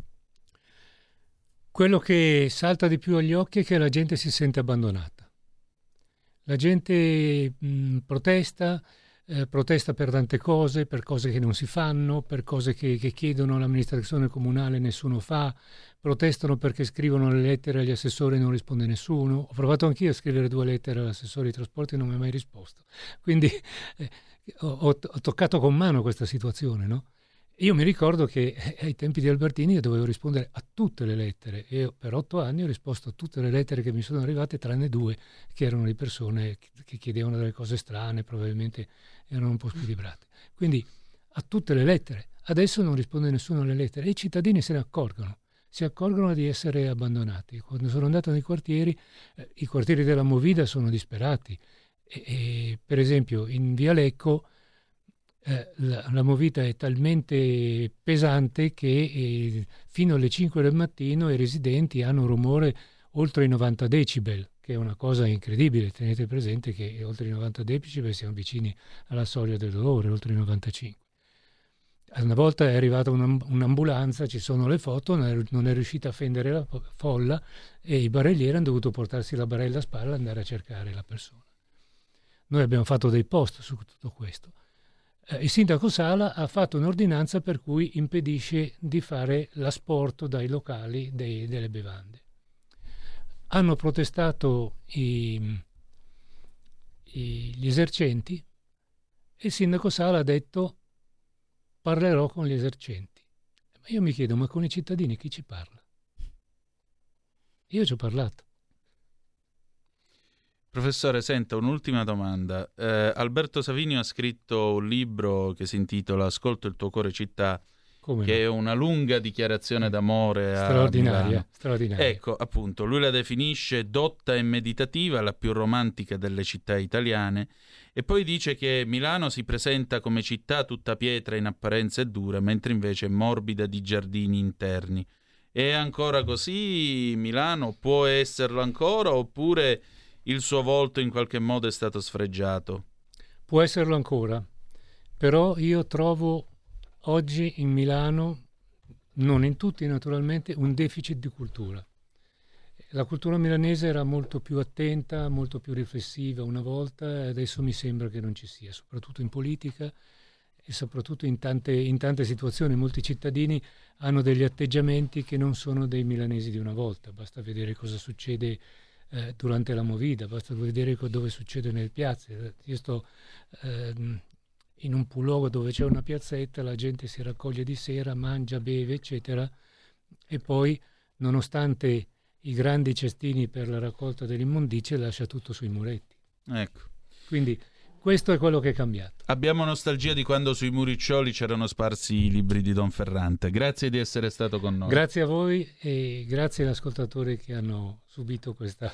Quello che salta di più agli occhi è che la gente si sente abbandonata. La gente mh, protesta, Eh, protesta per tante cose, per cose che non si fanno, per cose che, che chiedono all'amministrazione comunale e nessuno fa, protestano perché scrivono le lettere agli assessori e non risponde nessuno. Ho provato anch'io a scrivere due lettere all'assessore dei trasporti e non mi ha mai risposto. Quindi eh, ho, ho toccato con mano questa situazione, no? Io mi ricordo che ai tempi di Albertini io dovevo rispondere a tutte le lettere e io per otto anni ho risposto a tutte le lettere che mi sono arrivate, tranne due che erano di persone che chiedevano delle cose strane, probabilmente erano un po' squilibrate. Quindi a tutte le lettere. Adesso non risponde nessuno alle lettere e i cittadini se ne accorgono. Si accorgono di essere abbandonati. Quando sono andato nei quartieri, eh, i quartieri della Movida sono disperati. E, e, per esempio in Via Lecco eh, la, la Movida è talmente pesante che eh, fino alle cinque del mattino i residenti hanno un rumore oltre i novanta decibel, che è una cosa incredibile. Tenete presente che oltre i novanta decibel siamo vicini alla soglia del dolore, oltre i novantacinque. Una volta è arrivata un'ambulanza, ci sono le foto, non è riuscita a fendere la folla e i barellieri hanno dovuto portarsi la barella a spalla e andare a cercare la persona. Noi abbiamo fatto dei post su tutto questo. Eh, il sindaco Sala ha fatto un'ordinanza per cui impedisce di fare l'asporto dai locali dei, delle bevande. Hanno protestato i, i, gli esercenti e il sindaco Sala ha detto: parlerò con gli esercenti. Ma io mi chiedo, ma con i cittadini chi ci parla? Io ci ho parlato. Professore, senta, un'ultima domanda. Eh, Alberto Savinio ha scritto un libro che si intitola Ascolto il tuo cuore città, Come che no? È una lunga dichiarazione d'amore a straordinaria, straordinaria. Ecco, appunto, lui la definisce dotta e meditativa, la più romantica delle città italiane, e poi dice che Milano si presenta come città tutta pietra in apparenza e dura, mentre invece è morbida di giardini interni. È ancora così Milano? Può esserlo ancora, oppure il suo volto in qualche modo è stato sfregiato? Può esserlo ancora, però io trovo oggi in Milano, non in tutti naturalmente, un deficit di cultura. La cultura milanese era molto più attenta, molto più riflessiva una volta, e adesso mi sembra che non ci sia, soprattutto in politica e soprattutto in tante, in tante situazioni. Molti cittadini hanno degli atteggiamenti che non sono dei milanesi di una volta. Basta vedere cosa succede eh, durante la Movida, basta vedere dove succede nelle piazze. Io sto eh, in un luogo dove c'è una piazzetta, la gente si raccoglie di sera, mangia, beve, eccetera, e poi, nonostante i grandi cestini per la raccolta dell'immondizia, lascia tutto sui muretti. Ecco. Quindi questo è quello che è cambiato. Abbiamo nostalgia di quando sui muriccioli c'erano sparsi i libri di Don Ferrante. Grazie di essere stato con noi. Grazie a voi e grazie agli ascoltatori che hanno subito questa...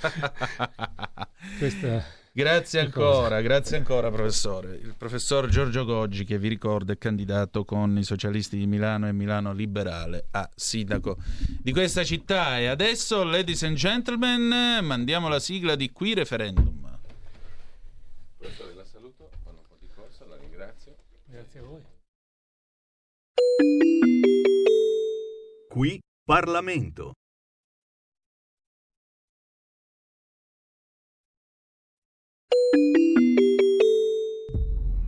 questa Grazie ancora, grazie ancora professore. Il professor Giorgio Goggi, che vi ricordo è candidato con i socialisti di Milano e Milano Liberale a sindaco di questa città. E adesso, ladies and gentlemen, mandiamo la sigla di Qui Referendum. Professore, la saluto, fanno un po' di corsa, la ringrazio. Grazie a voi. Qui Parlamento.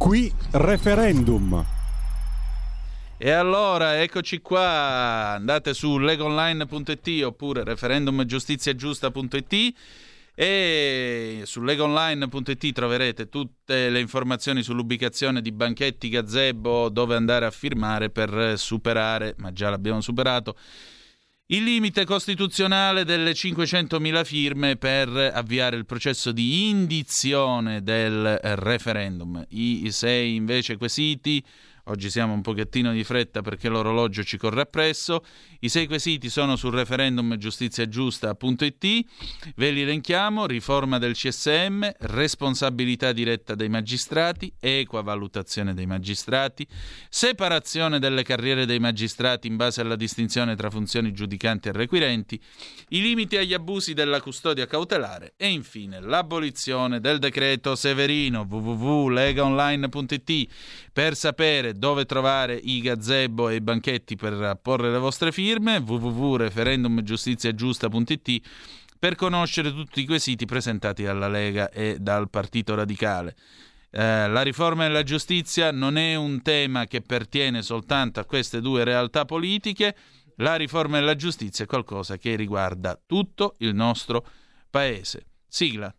Qui referendum. E allora eccoci qua, andate su legaonline punto it oppure referendum giustizia giusta punto it e su legaonline punto it troverete tutte le informazioni sull'ubicazione di banchetti, gazebo, dove andare a firmare per superare, ma già l'abbiamo superato, il limite costituzionale delle cinquecentomila firme per avviare il processo di indizione del referendum. I sei invece quesiti, oggi siamo un pochettino di fretta perché l'orologio ci corre appresso, i sei quesiti sono sul referendum giustizia giusta punto it, ve li elenchiamo: riforma del C S M, responsabilità diretta dei magistrati, equa valutazione dei magistrati, separazione delle carriere dei magistrati in base alla distinzione tra funzioni giudicanti e requirenti, i limiti agli abusi della custodia cautelare e infine l'abolizione del decreto Severino. w w w punto legaonline punto it per sapere dove trovare i gazebo e i banchetti per apporre le vostre firme, w w w punto referendum giustizia giusta punto it per conoscere tutti i quesiti presentati dalla Lega e dal Partito Radicale. Eh, la riforma della giustizia non è un tema che pertiene soltanto a queste due realtà politiche, la riforma della giustizia è qualcosa che riguarda tutto il nostro paese. Sigla.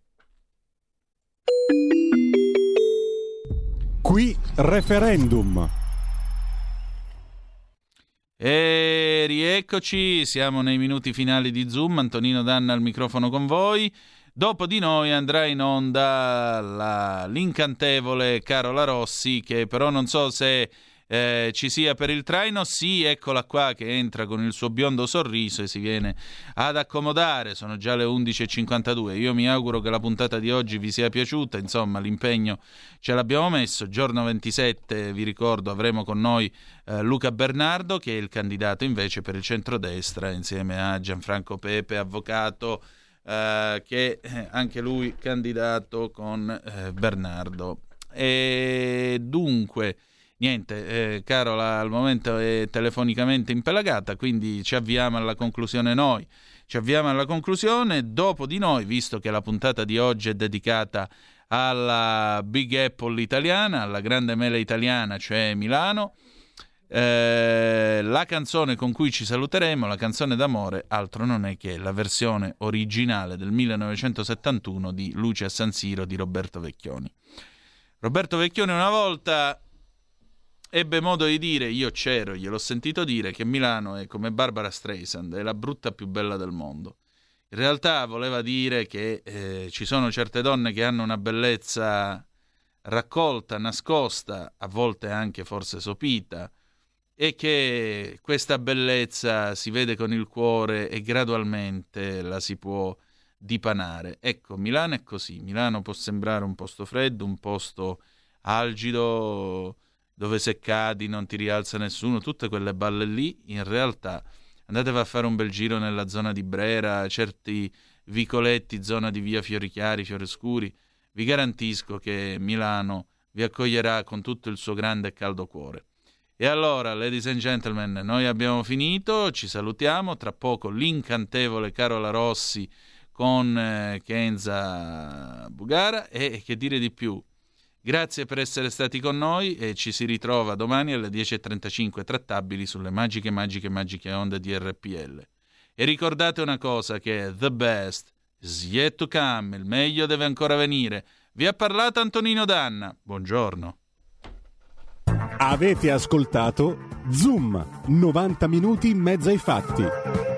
Qui referendum. E rieccoci, siamo nei minuti finali di Zoom, Antonino Danna al microfono con voi. Dopo di noi andrà in onda la, l'incantevole Carola Rossi, che però non so se eh, ci sia per il traino. Sì, eccola qua che entra con il suo biondo sorriso e si viene ad accomodare. Sono già le undici e cinquantadue. Io mi auguro che la puntata di oggi vi sia piaciuta, insomma l'impegno ce l'abbiamo messo. Giorno ventisette, vi ricordo, avremo con noi eh, Luca Bernardo, che è il candidato invece per il centrodestra, insieme a Gianfranco Pepe, avvocato, eh, che è anche lui candidato con eh, Bernardo. E dunque niente, eh, Carola al momento è telefonicamente impelagata, quindi ci avviamo alla conclusione noi. Ci avviamo alla conclusione. Dopo di noi, visto che la puntata di oggi è dedicata alla Big Apple italiana, alla grande mela italiana, cioè Milano, eh, la canzone con cui ci saluteremo, la canzone d'amore, altro non è che la versione originale del millenovecentosettantuno di Luce a San Siro di Roberto Vecchioni. Roberto Vecchioni una volta ebbe modo di dire, io c'ero, gliel'ho sentito dire, che Milano è come Barbara Streisand, è la brutta più bella del mondo. In realtà voleva dire che eh, ci sono certe donne che hanno una bellezza raccolta, nascosta, a volte anche forse sopita, e che questa bellezza si vede con il cuore e gradualmente la si può dipanare. Ecco, Milano è così. Milano può sembrare un posto freddo, un posto algido, dove se cadi non ti rialza nessuno, tutte quelle balle lì. In realtà andatevi a fare un bel giro nella zona di Brera, certi vicoletti, zona di via Fiorichiari, Fiorescuri, vi garantisco che Milano vi accoglierà con tutto il suo grande e caldo cuore. E allora, ladies and gentlemen, noi abbiamo finito, ci salutiamo, tra poco l'incantevole Carola Rossi con eh, Kenza Bugara e che dire di più. Grazie per essere stati con noi e ci si ritrova domani alle dieci e trentacinque trattabili sulle magiche, magiche, magiche onde di R P L. E ricordate una cosa, che the best is yet to come, il meglio deve ancora venire. Vi ha parlato Antonino Danna, buongiorno. Avete ascoltato Zoom, novanta minuti in mezzo ai fatti.